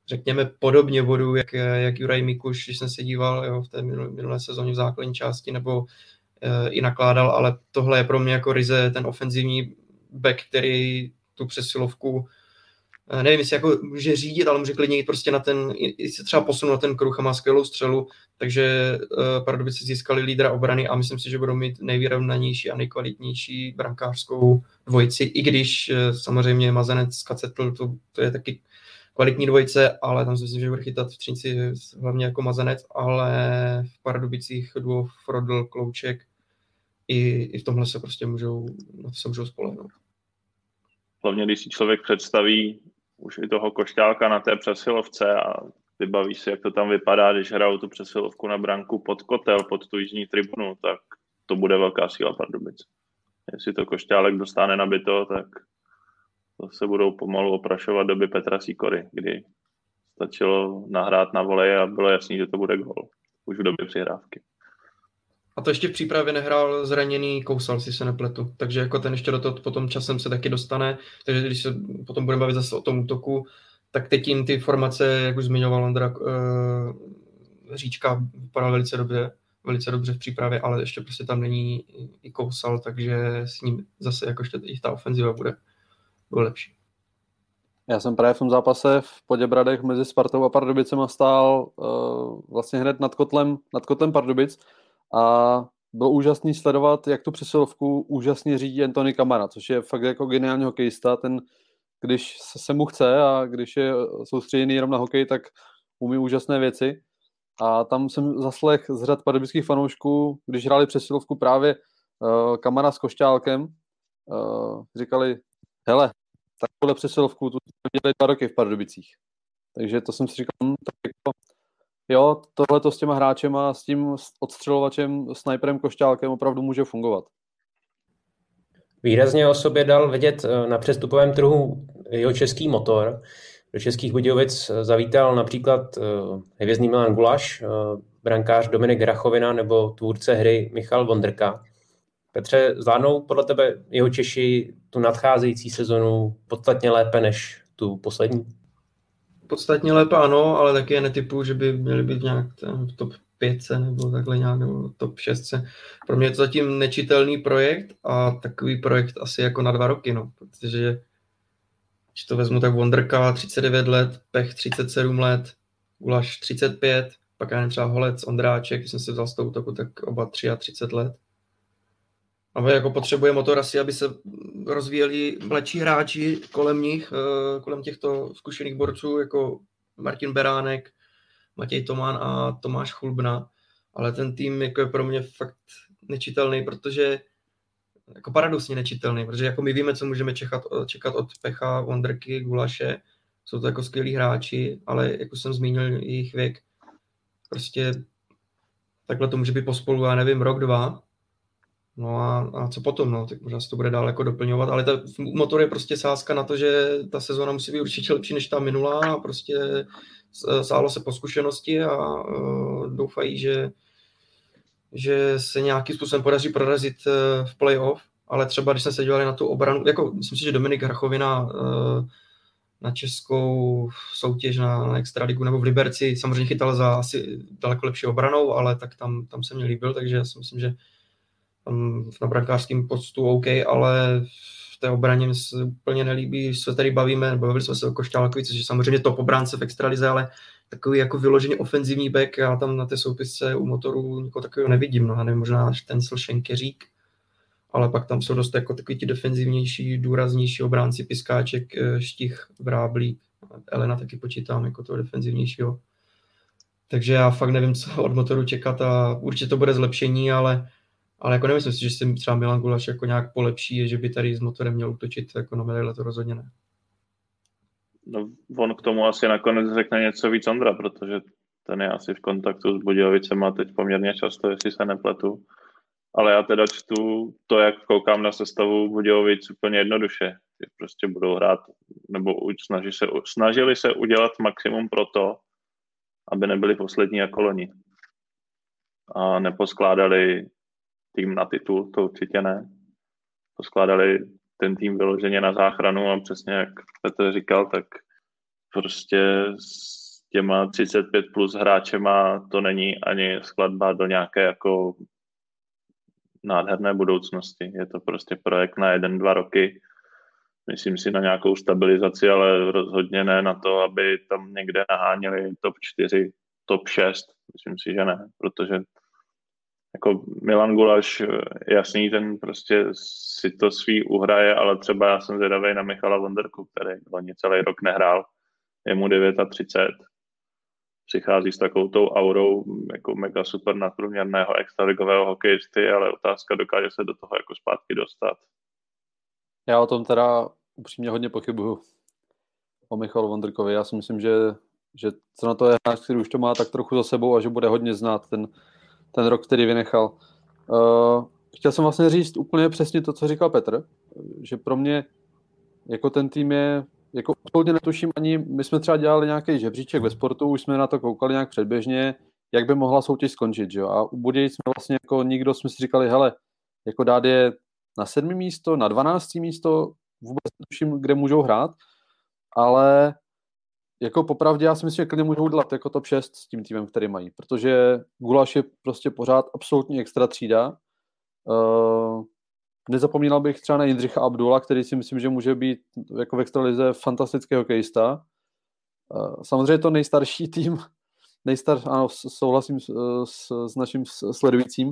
řekněme, podobně bodů, jak Juraj Mikuš, když jsem se díval, jo, v té minulé sezóně v základní části, nebo i nakládal, ale tohle je pro mě jako ryze ten ofenzivní back, který tu přesilovku nevím, jestli jako může řídit, ale může klidně jít prostě na ten, i se třeba posunout na ten kruh a má skvělou střelu, takže Pardubice získali lídra obrany a myslím si, že budou mít nejvyrovnanější a nejkvalitnější brankářskou dvojici, i když samozřejmě Mazanec, Kacetl, to je taky kvalitní dvojice, ale tam si myslím, že bude chytat v Třinci hlavně jako Mazanec, ale v Pardubicích duo Frodl, Klouček i v tomhle se prostě můžou spolehnout. Hlavně, když si člověk představí už i toho Košťálka na té přesilovce a vybaví si, jak to tam vypadá, když hrajou tu přesilovku na branku pod kotel, pod tu jižní tribunu, tak to bude velká síla Pardubic. Jestli to Košťálek dostane nabito, tak to se budou pomalu oprašovat doby Petra Sýkory, kdy stačilo nahrát na volej a bylo jasný, že to bude gól. Už v době přihrávky. A to ještě v přípravě nehrál zraněný Kousal, si se nepletu. Takže jako ten ještě do toho potom časem se taky dostane. Takže když se potom budeme bavit zase o tom útoku, tak teď jim ty formace, jak už zmiňoval Ondra, Říčka vypadal velice dobře v přípravě, ale ještě prostě tam není i Kousal, takže s ním zase jako ještě ta ofenziva bude lepší. Já jsem právě v tom zápase v Poděbradech mezi Spartou a Pardubicema stál vlastně hned nad kotlem Pardubic a bylo úžasný sledovat, jak tu přesilovku úžasně řídí Anthony Kamara, což je fakt jako geniální hokejista. Ten, když se mu chce a když je soustředěný jenom na hokej, tak umí úžasné věci. A tam jsem zaslech z řad pardubických fanoušků, když hráli přesilovku právě Kamara s Košťálkem, říkali, hele, takovou přesilovku tu jsme dělali 2 roky v Pardubicích. Takže to jsem si říkal, tak jako, jo, tohleto s těma hráčema, s tím odstřelovačem, sniperem Košťálkem opravdu může fungovat. Výrazně o sobě dal vidět na přestupovém trhu jeho český motor. Do Českých Budějovic zavítal například hvězdný Milan Gulaš, brankář Dominik Rachovina nebo tvůrce hry Michal Vondrka. Petře, zvládnou podle tebe jeho Češi tu nadcházející sezonu podstatně lépe než tu poslední? Podstatně lépe ano, ale taky je netypu, že by měli být nějak v top 5 nebo takhle nějak, nebo top 6. Pro mě je to zatím nečitelný projekt a takový projekt asi jako na 2 roky, no, protože když to vezmu, tak Vondrka 39 let, Pech 37 let, Gulaš 35, pak já nevím, třeba Holec, Ondráček, když jsem se vzal z toho útoku, tak oba 33 let. A jako potřebuje motor asi, aby se rozvíjeli mladší hráči kolem nich, kolem těchto zkušených borců, jako Martin Beránek, Matěj Tomán a Tomáš Chulbna. Ale ten tým jako je pro mě fakt nečitelný, protože jako paradoxně nečitelný, protože jako my víme, co můžeme čekat od Pecha, Vondrky, Gulaše. Jsou to jako skvělí hráči, ale jako jsem zmínil jejich věk, prostě takhle to může být pospolu, já nevím, rok, 2. No a co potom, no, tak možná se to bude dál jako doplňovat, ale ta motor je prostě sázka na to, že ta sezóna musí být určitě lepší než ta minulá a prostě sálo se po zkušenosti a doufají, že se nějakým způsobem podaří prorazit v playoff, ale třeba když jsme se dívali na tu obranu, jako myslím si, že Dominik Rachovina na českou soutěž na extraligu nebo v Liberci samozřejmě chytal za asi daleko lepší obranou, ale tak tam se mi líbil, takže já si myslím, že na brankářském postu OK, ale v té obraně mi se úplně nelíbí, když se tady bavíme, bavili jsme se o Košťálkovi, což je samozřejmě top obránce v extralize, ale takový jako vyložený ofenzivní back, já tam na té soupisce u motoru nikoho takového nevidím, no, nevím, možná ten Šenkeřík, ale pak tam jsou dost jako takový ti defenzivnější, důraznější obránci, Piskáček, Štich, Vráblík, Elena taky počítám jako toho defenzivnějšího. Takže já fakt nevím, co od motoru čekat a určitě to bude zlepšení, ale jako nemyslím si, že si třeba Milan Gulaš jako nějak polepší, že by tady s motorem měl útočit jako na medaile, to rozhodně ne. No, on k tomu asi nakonec řekne něco víc Ondra, protože ten je asi v kontaktu s Budějovicema teď poměrně často, jestli se nepletu. Ale já teda čtu to, jak koukám na sestavu Budějovic úplně jednoduše. Že prostě budou hrát, nebo snažili se udělat maximum pro to, aby nebyli poslední jako loni. A neposkládali tým na titul, to určitě ne. Poskládali ten tým vyloženě na záchranu a přesně jak Petr říkal, tak prostě s těma 35 plus hráčema to není ani skladba do nějaké jako nádherné budoucnosti. Je to prostě projekt na 1-2 roky. Myslím si na nějakou stabilizaci, ale rozhodně ne na to, aby tam někde naháněli top 4, top 6. Myslím si, že ne, protože jako Milan Gulaš, jasný, ten prostě si to svý uhraje, ale třeba já jsem zvědavý na Michala Vondrku, který loni celý rok nehrál, je mu 39, přichází s takovou tou aurou jako mega super nadprůměrného extraligového hokejisty, ale otázka, dokáže se do toho jako zpátky dostat. Já o tom teda upřímně hodně pochybuju o Michalu Vondrkovi. Já si myslím, že co na to je hráč, který už to má tak trochu za sebou a že bude hodně znát ten rok, který vynechal. Chtěl jsem vlastně říct úplně přesně to, co říkal Petr, že pro mě jako ten tým je, jako absolutně netuším ani, my jsme třeba dělali nějaký žebříček ve sportu, už jsme na to koukali nějak předběžně, jak by mohla soutěž skončit, že jo? A u Budějic jsme vlastně jako nikdo jsme si říkali, hele, jako dát je na 7. místo, na 12. místo, vůbec netuším, kde můžou hrát, ale jako popravdě já si myslím, že klidně můžou dělat jako top 6 s tím týmem, který mají, protože Gulaš je prostě pořád absolutně extra třída. Nezapomínal bych třeba na Jindřicha Abdula, který si myslím, že může být jako v extralize fantastický hokejista. Samozřejmě je to nejstarší tým, ano, souhlasím s naším sledujícím.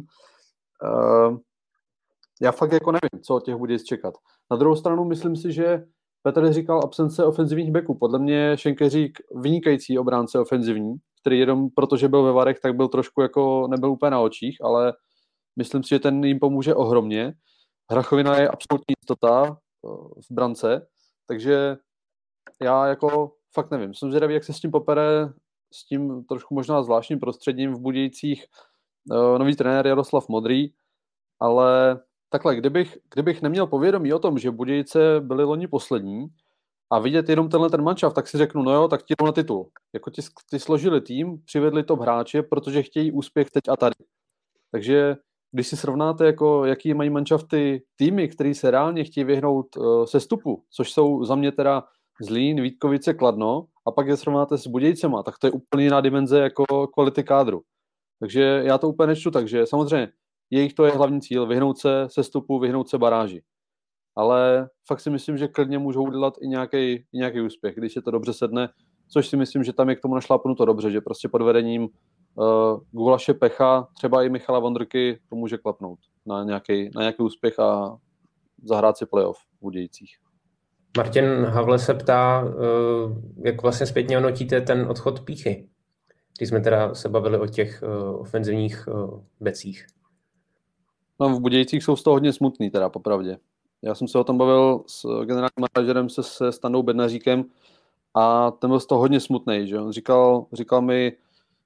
Já fakt jako nevím, co od těch bude čekat. Na druhou stranu myslím si, že Petr říkal absence ofenzivních backů. Podle mě Šenkeřík vynikající obránce ofenzivní, který jenom protože byl ve Varech, tak byl trošku jako nebyl úplně na očích, ale myslím si, že ten jim pomůže ohromně. Hrachovina je absolutní jistota v brance, takže já jako fakt nevím. Jsem zvědavý, jak se s tím popere, s tím trošku možná zvláštním prostředím v Budějcích nový trenér Jaroslav Modrý, ale takhle, kdybych neměl povědomí o tom, že Budějice byli loni poslední a vidět jenom ten manšaft, tak si řeknu, no jo, tak ti jdou na titul. Jako ty složili tým, přivedli top hráče, protože chtějí úspěch teď a tady. Takže když si srovnáte, jako, jaký mají manšafty týmy, který se reálně chtějí vyhnout sestupu, což jsou za mě teda Zlín, Vítkovice, Kladno, a pak je srovnáte s Budějcema, tak to je úplně jiná dimenze jako kvality kádru. Takže já to úplně nečtu, takže samozřejmě jejich to je hlavní cíl, vyhnout se sestupu, vyhnout se baráži. Ale fakt si myslím, že klidně můžou udělat i nějaký úspěch, když se to dobře sedne, což si myslím, že tam je k tomu našlápnuto dobře, že prostě pod vedením Gulaše Pecha, třeba i Michala Vondrky, to může klapnout na nějaký úspěch a zahrát si playoff v Budějcích. Martin Havle se ptá, jak vlastně zpětně hodnotíte ten odchod Píchy, když jsme teda se bavili o těch ofenzivních becích. No, v Budějcích jsou z toho hodně smutný, teda popravdě. Já jsem se o tom bavil s generálním manažerem se Standou Bednaříkem a ten byl z toho hodně smutný, že on říkal mi,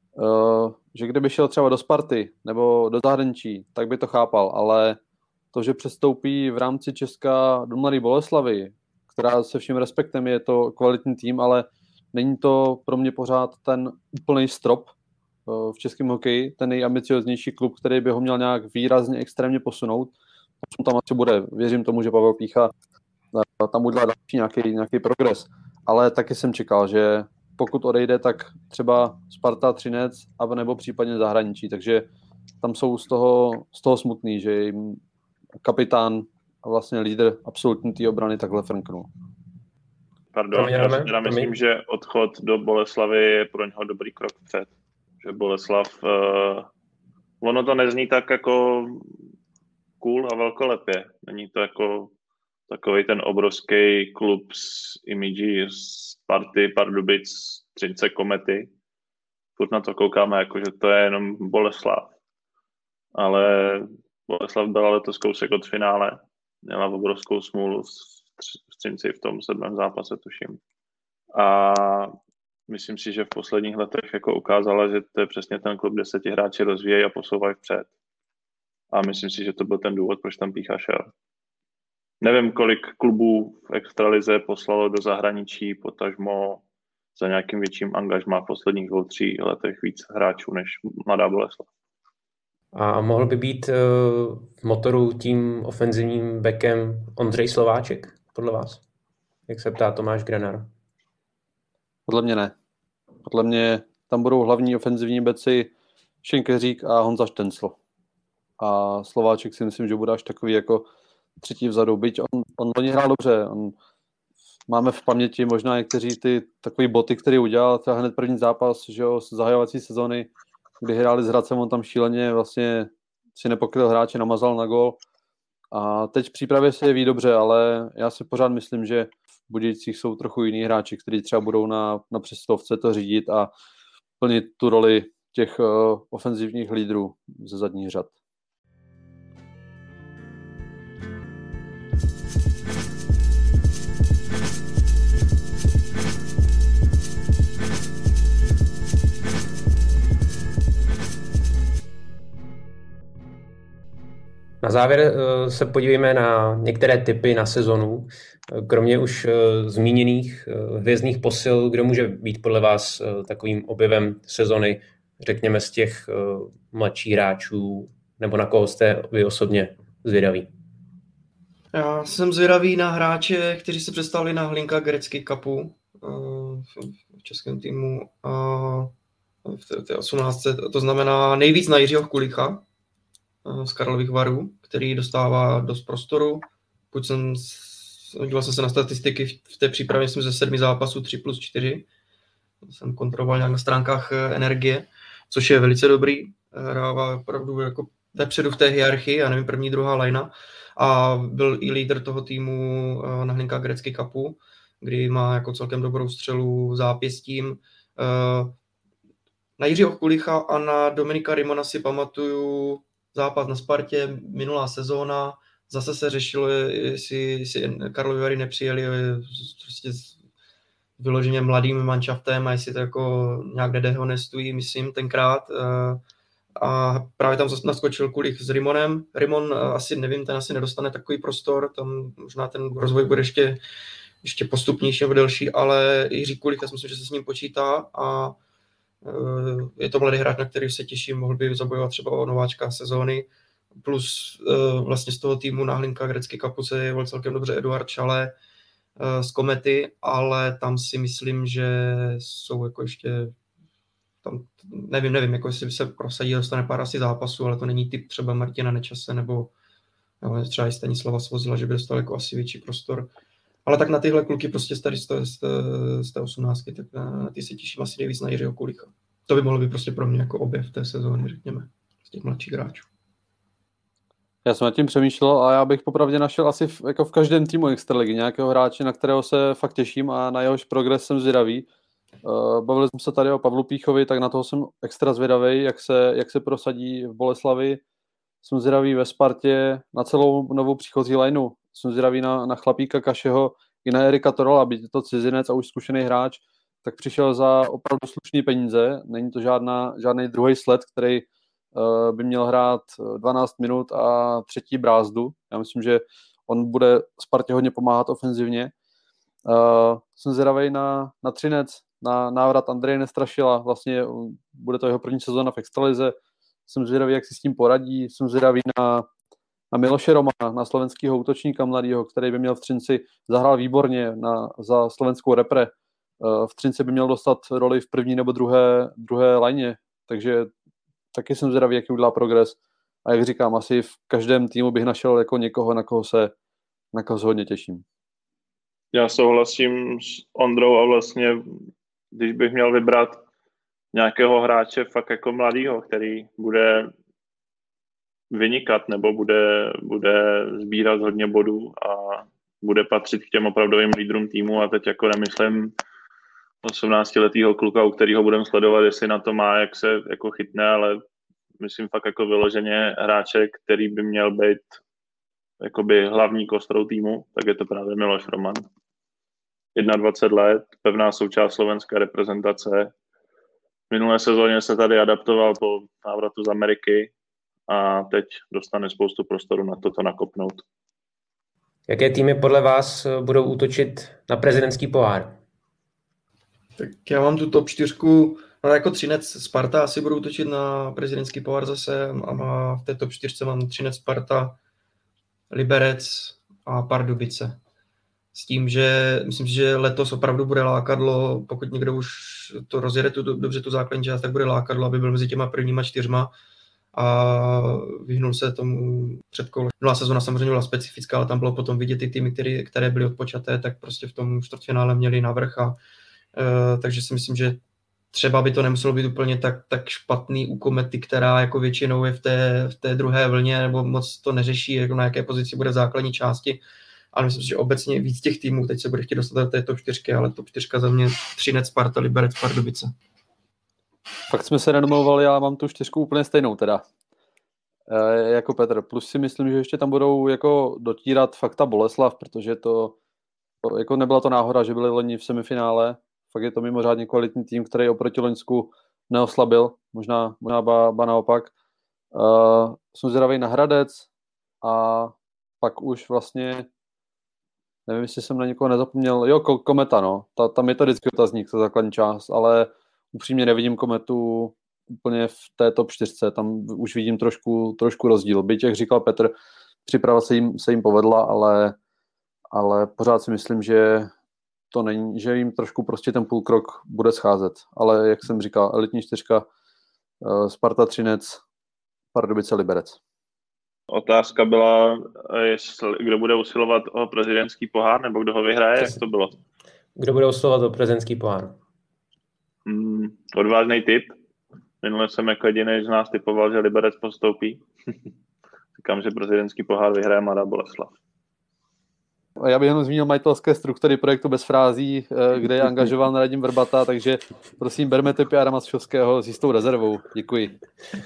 že kdyby šel třeba do Sparty nebo do zahraničí, tak by to chápal, ale to, že přestoupí v rámci Česka do Mladé Boleslavi, která se vším respektem je to kvalitní tým, ale není to pro mě pořád ten úplný strop v českém hokeji, ten nejambicioznější klub, který by ho měl nějak výrazně extrémně posunout. Tam asi bude, věřím tomu, že Pavel Pícha tam udělá další nějaký progres. Ale taky jsem čekal, že pokud odejde, tak třeba Sparta, Třinec nebo případně zahraničí. Takže tam jsou z toho smutný, že jim kapitán a vlastně lídr absolutní té obrany takhle frnknul. Pardon, já si teda myslím, že odchod do Boleslavy je pro něho dobrý krok vpřed. Že Boleslav, ono to nezní tak jako cool a velkolepě. Není to jako takový ten obrovský klub s imidží Sparty, Pardubic, Třince, Komety. Furt na to koukáme, jako, že to je jenom Boleslav. Ale Boleslav byla letos kousek od finále. Měla obrovskou smůlu v Třinci v tom 7. zápase, tuším. A myslím si, že v posledních letech jako ukázala, že to je přesně ten klub, kde se ti hráči rozvíjejí a posouvají vpřed. A myslím si, že to byl ten důvod, proč tam Pícha šel. Nevím, kolik klubů v extralize poslalo do zahraničí, potažmo za nějakým větším angažmá v posledních 2-3 letech víc hráčů než Mladá Boleslav. A mohl by být v motoru tím ofenzivním backem Ondřej Slováček, podle vás? Jak se ptá Tomáš Grenar? Podle mě ne. Podle mě tam budou hlavní ofenzivní beci Šenkeřík a Honza Štencl. A Slováček si myslím, že bude až takový jako třetí vzadu. Byť on hrál dobře. Máme v paměti možná někteří ty takový boty, který udělal třeba hned první zápas, že jo, zahajovací sezony, kdy hráli s Hradcem, on tam šíleně vlastně si nepokryl hráče, namazal na gól. A teď v přípravě se jeví dobře, ale já si pořád myslím, že v Budějcích jsou trochu jiní hráči, kteří třeba budou na přesilovce to řídit a plnit tu roli těch ofenzivních lídrů ze zadních řad. Na závěr se podívejme na některé tipy na sezonu. Kromě už zmíněných hvězdných posil, kdo může být podle vás takovým objevem sezony, řekněme z těch mladších hráčů, nebo na koho jste vy osobně zvědaví? Já jsem zvědavý na hráče, kteří se představili na Hlinka Gretzky Cupu v českém týmu v té 18. To znamená nejvíc na Jiřího Kulicha z Karlových Varů, který dostává dost prostoru. Díval jsem se na statistiky v té přípravě, jsem ze 7 zápasů 3+4. Jsem kontroloval nějak na stránkách Energie, což je velice dobrý. Hrává opravdu jako vepředu v té hierarchii, já nevím, první, druhá lajna. A byl i lídr toho týmu na Hlinka Gretzky Cupu, kdy má jako celkem dobrou střelu zápěstím. Na Jiřího Kulicha a na Dominika Rimona si pamatuju zápas na Spartě, minulá sezóna, zase se řešilo, jestli Karlovy Vary nepřijeli prostě vyloženě mladým manšaftem a jestli to jako nějak nedehonestují, myslím, tenkrát. A právě tam naskočil Kulich s Rimonem. Rimon asi, nevím, ten asi nedostane takový prostor, tam možná ten rozvoj bude ještě postupnější nebo delší, ale Jiří Kulich, já si myslím, že se s ním počítá a je to mladý hráč, na který se těším, mohl by zabojovat třeba o nováčka sezóny, plus vlastně z toho týmu na Hlinka Gretzky Cupu se jevil celkem dobře Eduard Šale z Komety, ale tam si myslím, že jsou jako ještě tam, nevím, jako jestli se prosadí, dostane pár asi zápasů, ale to není typ třeba Martina Nečase nebo třeba i Stanislava Svozila, že by dostal jako asi větší prostor. Ale tak na tyhle kluky prostě tady z té 18, tak na ty se těším asi nejvíc na Jiřího Kulicha. To by mohlo být prostě pro mě jako objev té sezóny, řekněme, z těch mladších hráčů. Já jsem nad tím přemýšlel a já bych popravdě našel asi jako v každém týmu extraligy nějakého hráče, na kterého se fakt těším a na jehož progres jsem zvědavý. Bavili jsme se tady o Pavlu Píchovi, tak na toho jsem extra zvědavý, jak se prosadí v Boleslavi. Jsem zvědavý ve Spartě na celou novou příchozí lineu. Jsem zvědavý na chlapíka Kašeho i na Erika Torola, byť je to cizinec a už zkušený hráč, tak přišel za opravdu slušný peníze. Není to žádný druhý sled, který by měl hrát 12 minut a třetí brázdu. Já myslím, že on bude Spartě hodně pomáhat ofenzivně. Jsem zvědavý na Třinec, na návrat Andreje Nestrašila. Vlastně bude to jeho první sezóna v extralize. Jsem zvědavý, jak si s tím poradí. Jsem zvědavý na Miloše Romana, na slovenského útočníka mladého, který by měl v Třinci, zahrál výborně za slovenskou repre. V Třinci by měl dostat roli v první nebo druhé lajně, takže taky jsem zvědavý, jaký udělá progres. A jak říkám, asi v každém týmu bych našel jako někoho, na koho se hodně těším. Já souhlasím s Ondrou a vlastně, když bych měl vybrat nějakého hráče fakt jako mladýho, který bude vynikat nebo bude sbírat hodně bodů a bude patřit k těm opravdovým lídrům týmu a teď jako nemyslím 18letýho kluka, u kterého budeme sledovat, jestli na to má, jak se jako chytne, ale myslím fakt jako vyloženě hráče, který by měl být jakoby hlavní kostrou týmu, tak je to právě Miloš Roman. 21 let, pevná součást slovenské reprezentace. V minulé sezóně se tady adaptoval po návratu z Ameriky a teď dostane spoustu prostoru na toto nakopnout. Jaké týmy podle vás budou útočit na prezidentský pohár? Tak já mám tu top 4, no jako Třinec, Sparta asi budou útočit na prezidentský pohár zase a v té top 4 mám Třinec, Sparta, Liberec a Pardubice. s tím, že myslím si, že letos opravdu bude lákadlo, pokud někdo už to rozjede dobře tu základní část, tak bude lákadlo, aby byl mezi těma prvníma 4 a vyhnul se tomu předkolu. Minulá sezona samozřejmě byla specifická, ale tam bylo potom vidět ty týmy, které byly odpočaté, tak prostě v tom čtvrtfinále měli navrch takže si myslím, že třeba by to nemuselo být úplně tak špatný u Komety, která jako většinou je v té druhé vlně nebo moc to neřeší, jako na jaké pozici bude v základní části, ale myslím si, že obecně víc těch týmů teď se bude chtít dostat do té top 4, ale top 4 za mě Třinec, Sparta, Liberec, Pardubice. Fakt jsme se nedomlouvali, já mám tu 4 úplně stejnou teda. Jako Petr. Plus si myslím, že ještě tam budou jako dotírat fakt ta Boleslav, protože to jako nebyla to náhoda, že byli loni v semifinále. Fakt je to mimořádně kvalitní tým, který oproti Loňsku neoslabil. Možná ba naopak. Jsem zvědavý na Hradec a pak už vlastně nevím, jestli jsem na někoho nezapomněl. Jo, Kometa, no. Tam je to vždycky otazník, ta základní část, ale upřímně nevidím Kometu úplně v té top 4. Tam už vidím trošku rozdíl. Byť, jak říkal Petr, příprava se jim povedla, ale pořád si myslím, že to není, že jim trošku prostě ten půlkrok bude scházet. Ale jak jsem říkal, elitní 4, Sparta, Třinec, Pardubice, Liberec. Otázka byla, kdo bude usilovat o prezidentský pohár, nebo kdo ho vyhraje, jak to bylo? Kdo bude usilovat o prezidentský pohár? Odvážný tip. Minule jsem jako jediný z nás typoval, že Liberec postoupí. Říkám, že prezidentský pohár vyhraje Mladá Boleslav. Já bych jenom zmínil majitelské struktury projektu Bez frází, kde je angažován Radim Vrbata, takže prosím, berme tipy Adama Střovského s jistou rezervou. Děkuji.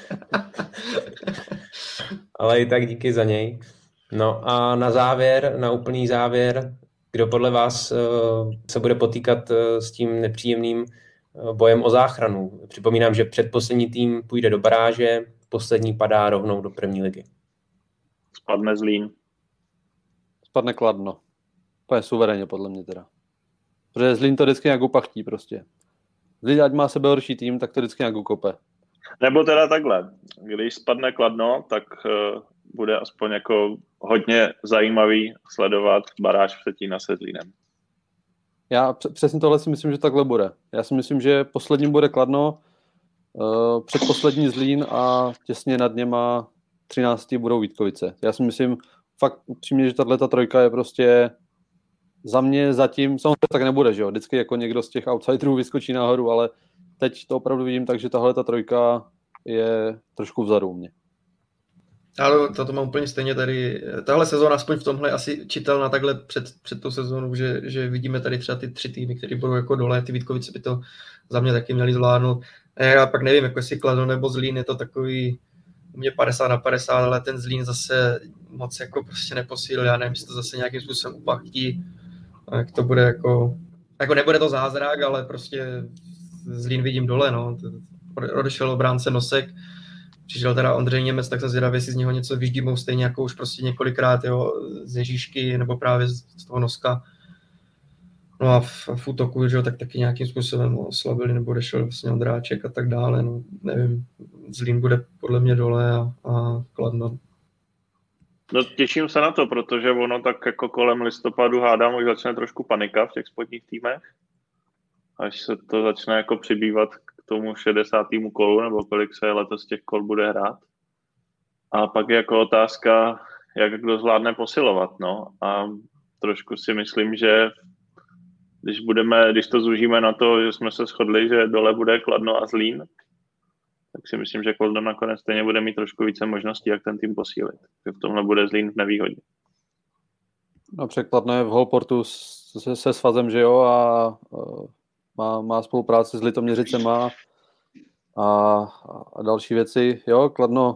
Ale i tak díky za něj. No a na úplný závěr, kdo podle vás se bude potýkat s tím nepříjemným bojem o záchranu? Připomínám, že předposlední tým půjde do baráže, poslední padá rovnou do první ligy. Spadne Zlín. Spadne Kladno. Úplně suverénně, podle mě teda. Protože Zlín to vždycky nějakou pachtí prostě. Zlín, ať má sebehorší tým, tak to vždycky nějakou kope. Nebo teda takhle. Když spadne Kladno, tak bude aspoň jako hodně zajímavý sledovat baráž Vsetína se Zlínem. Já přesně tohle si myslím, že takhle bude. Já si myslím, že posledním bude Kladno, předposlední Zlín a těsně nad něma 13. budou Vítkovice. Já si myslím fakt upřímně, že tato trojka je prostě za mě zatím, samozřejmě tak nebude, že jo, vždycky jako někdo z těch outsiderů vyskočí nahoru, ale teď to opravdu vidím tak, že tahle ta trojka je trošku vzadu u mě. Ale to mám úplně stejně tady. Tahle sezóna aspoň v tomhle asi čitelná takhle před tou sezónou, že vidíme tady třeba ty 3 týmy, které budou jako dole, ty Vítkovice by to za mě taky měli zvládnout. Já pak nevím, jako jestli Kladno nebo Zlín, je to takový u mě 50/50, ale ten Zlín zase moc jako prostě neposílil, já nevím, jestli to zase nějakým způsobem upachtí, jak to bude jako nebude to zázrak, ale prostě Zlín vidím dole, no. Odešel obránce Nosek, přišel teda Ondřej Němec, tak jsem zvědavý, jestli z něho něco vyždímou stejně jako už prostě několikrát, jo, z Ježíšky nebo právě z toho Noska. No a v útoku, že jo, tak taky nějakým způsobem oslabili, nebo odešel vlastně Ondráček a tak dále, no, nevím, Zlín bude podle mě dole a Kladno. No těším se na to, protože ono tak jako kolem listopadu hádám už začne trošku panika v těch spodních týmech, až se to začne jako přibývat k tomu 60. kolu, nebo kolik se letos těch kol bude hrát. A pak je jako otázka, jak kdo zvládne posilovat, no. A trošku si myslím, že když to zúžíme na to, že jsme se shodli, že dole bude Kladno a Zlín, tak si myslím, že Kladno nakonec stejně bude mít trošku více možností, jak ten tým posílit. Že v tomhle bude Zlín v nevýhodě. No Kladno je v Holportu se svazem, že jo, a má spolupráci s Litoměřicema a další věci. Jo, Kladno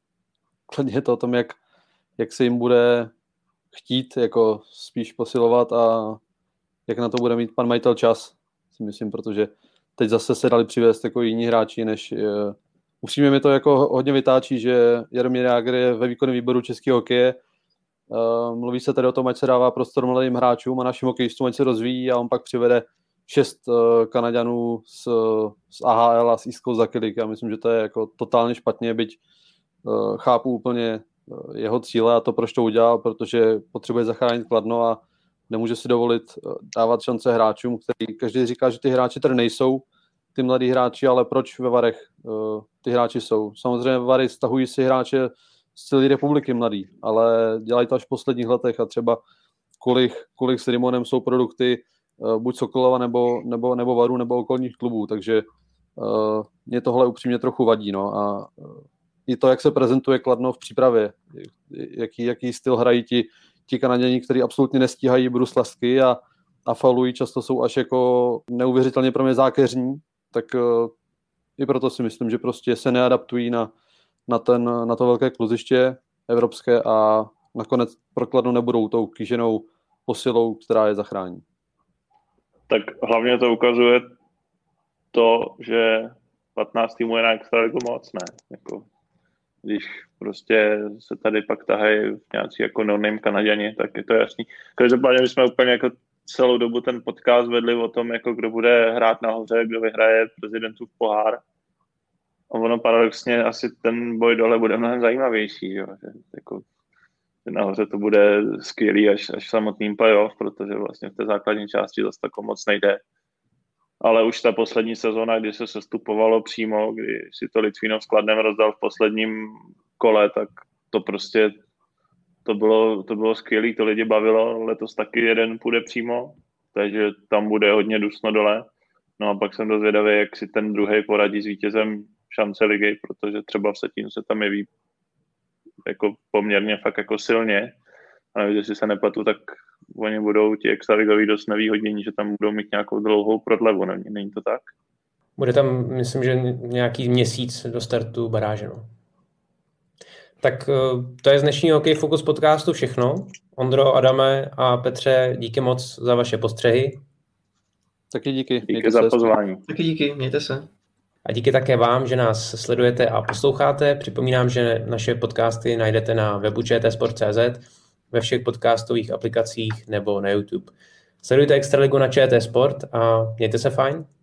je to o tom, jak se jim bude chtít jako spíš posilovat a jak na to bude mít pan majitel čas, si myslím, protože teď zase se dali přivést jako jiní hráči, než upřímně mi to jako hodně vytáčí, že Jaromír Jágr je ve výkonném výboru českého hokeje. Mluví se tady o tom, ať se dává prostor mladým hráčům a našim hokejistům, ať se rozvíjí a on pak přivede 6 Kanaďanů z AHL a z East Coast Zakilik. Já myslím, že to je jako totálně špatně, byť chápu úplně jeho cíle a to, proč to udělal, protože potřebuje zachránit Kladno a nemůže si dovolit dávat šance hráčům, který každý říká, že ty hráči tady nejsou, ty mladí hráči, ale proč ve VARech ty hráči jsou. Samozřejmě VARy stahují si hráče z celé republiky mladý, ale dělají to až v posledních letech a třeba kolik s Rimonem jsou produkty buď Sokolova nebo VARu nebo okolních klubů, takže mě tohle upřímně trochu vadí. No. A i to, jak se prezentuje Kladno v přípravě, jaký styl hrají ti Kanaděni, kteří absolutně nestíhají bruslasky a faulují, často jsou až jako neuvěřitelně pro mě zákeřní, tak i proto si myslím, že prostě se neadaptují na to velké kluziště evropské a nakonec pro Kladno nebudou tou kýženou posilou, která je zachrání. Tak hlavně to ukazuje to, že 15 týmů je na extraligu moc, ne? Jako, když prostě se tady pak tahají nějací jako no-name Kanaděni, tak je to jasný. Každopádně my jsme úplně jako celou dobu ten podcast vedli o tom, jako kdo bude hrát nahoře, kdo vyhraje prezidentův pohár. A ono paradoxně asi ten boj dole bude mnohem zajímavější, jo? Že nahoře to bude skvělý až samotným playoff, protože vlastně v té základní části zase tak moc nejde. Ale už ta poslední sezóna, kdy se sestupovalo přímo, kdy si to Litvínov s Kladnem rozdal v posledním kole, tak to prostě to bylo skvělý, to lidi bavilo. Letos taky jeden půjde přímo, takže tam bude hodně dusno dole. No a pak jsem dozvědavý, jak si ten druhý poradí s vítězem šance ligy, protože třeba v Vsetínu se tam jeví jako poměrně fakt jako silně. Ale když si se nepletu, tak oni budou ti extraligoví dost nevýhodnění, že tam budou mít nějakou dlouhou prodlevu, není to tak? Bude tam, myslím, že nějaký měsíc do startu baráže. No. Tak to je z dnešního Hokej Focus podcastu všechno. Ondro, Adame a Petře, díky moc za vaše postřehy. Taky díky. Díky za pozvání. Taky díky, mějte se. A díky také vám, že nás sledujete a posloucháte. Připomínám, že naše podcasty najdete na webu čtsport.cz, ve všech podcastových aplikacích nebo na YouTube. Sledujte Extraligu na ČT Sport a mějte se fajn.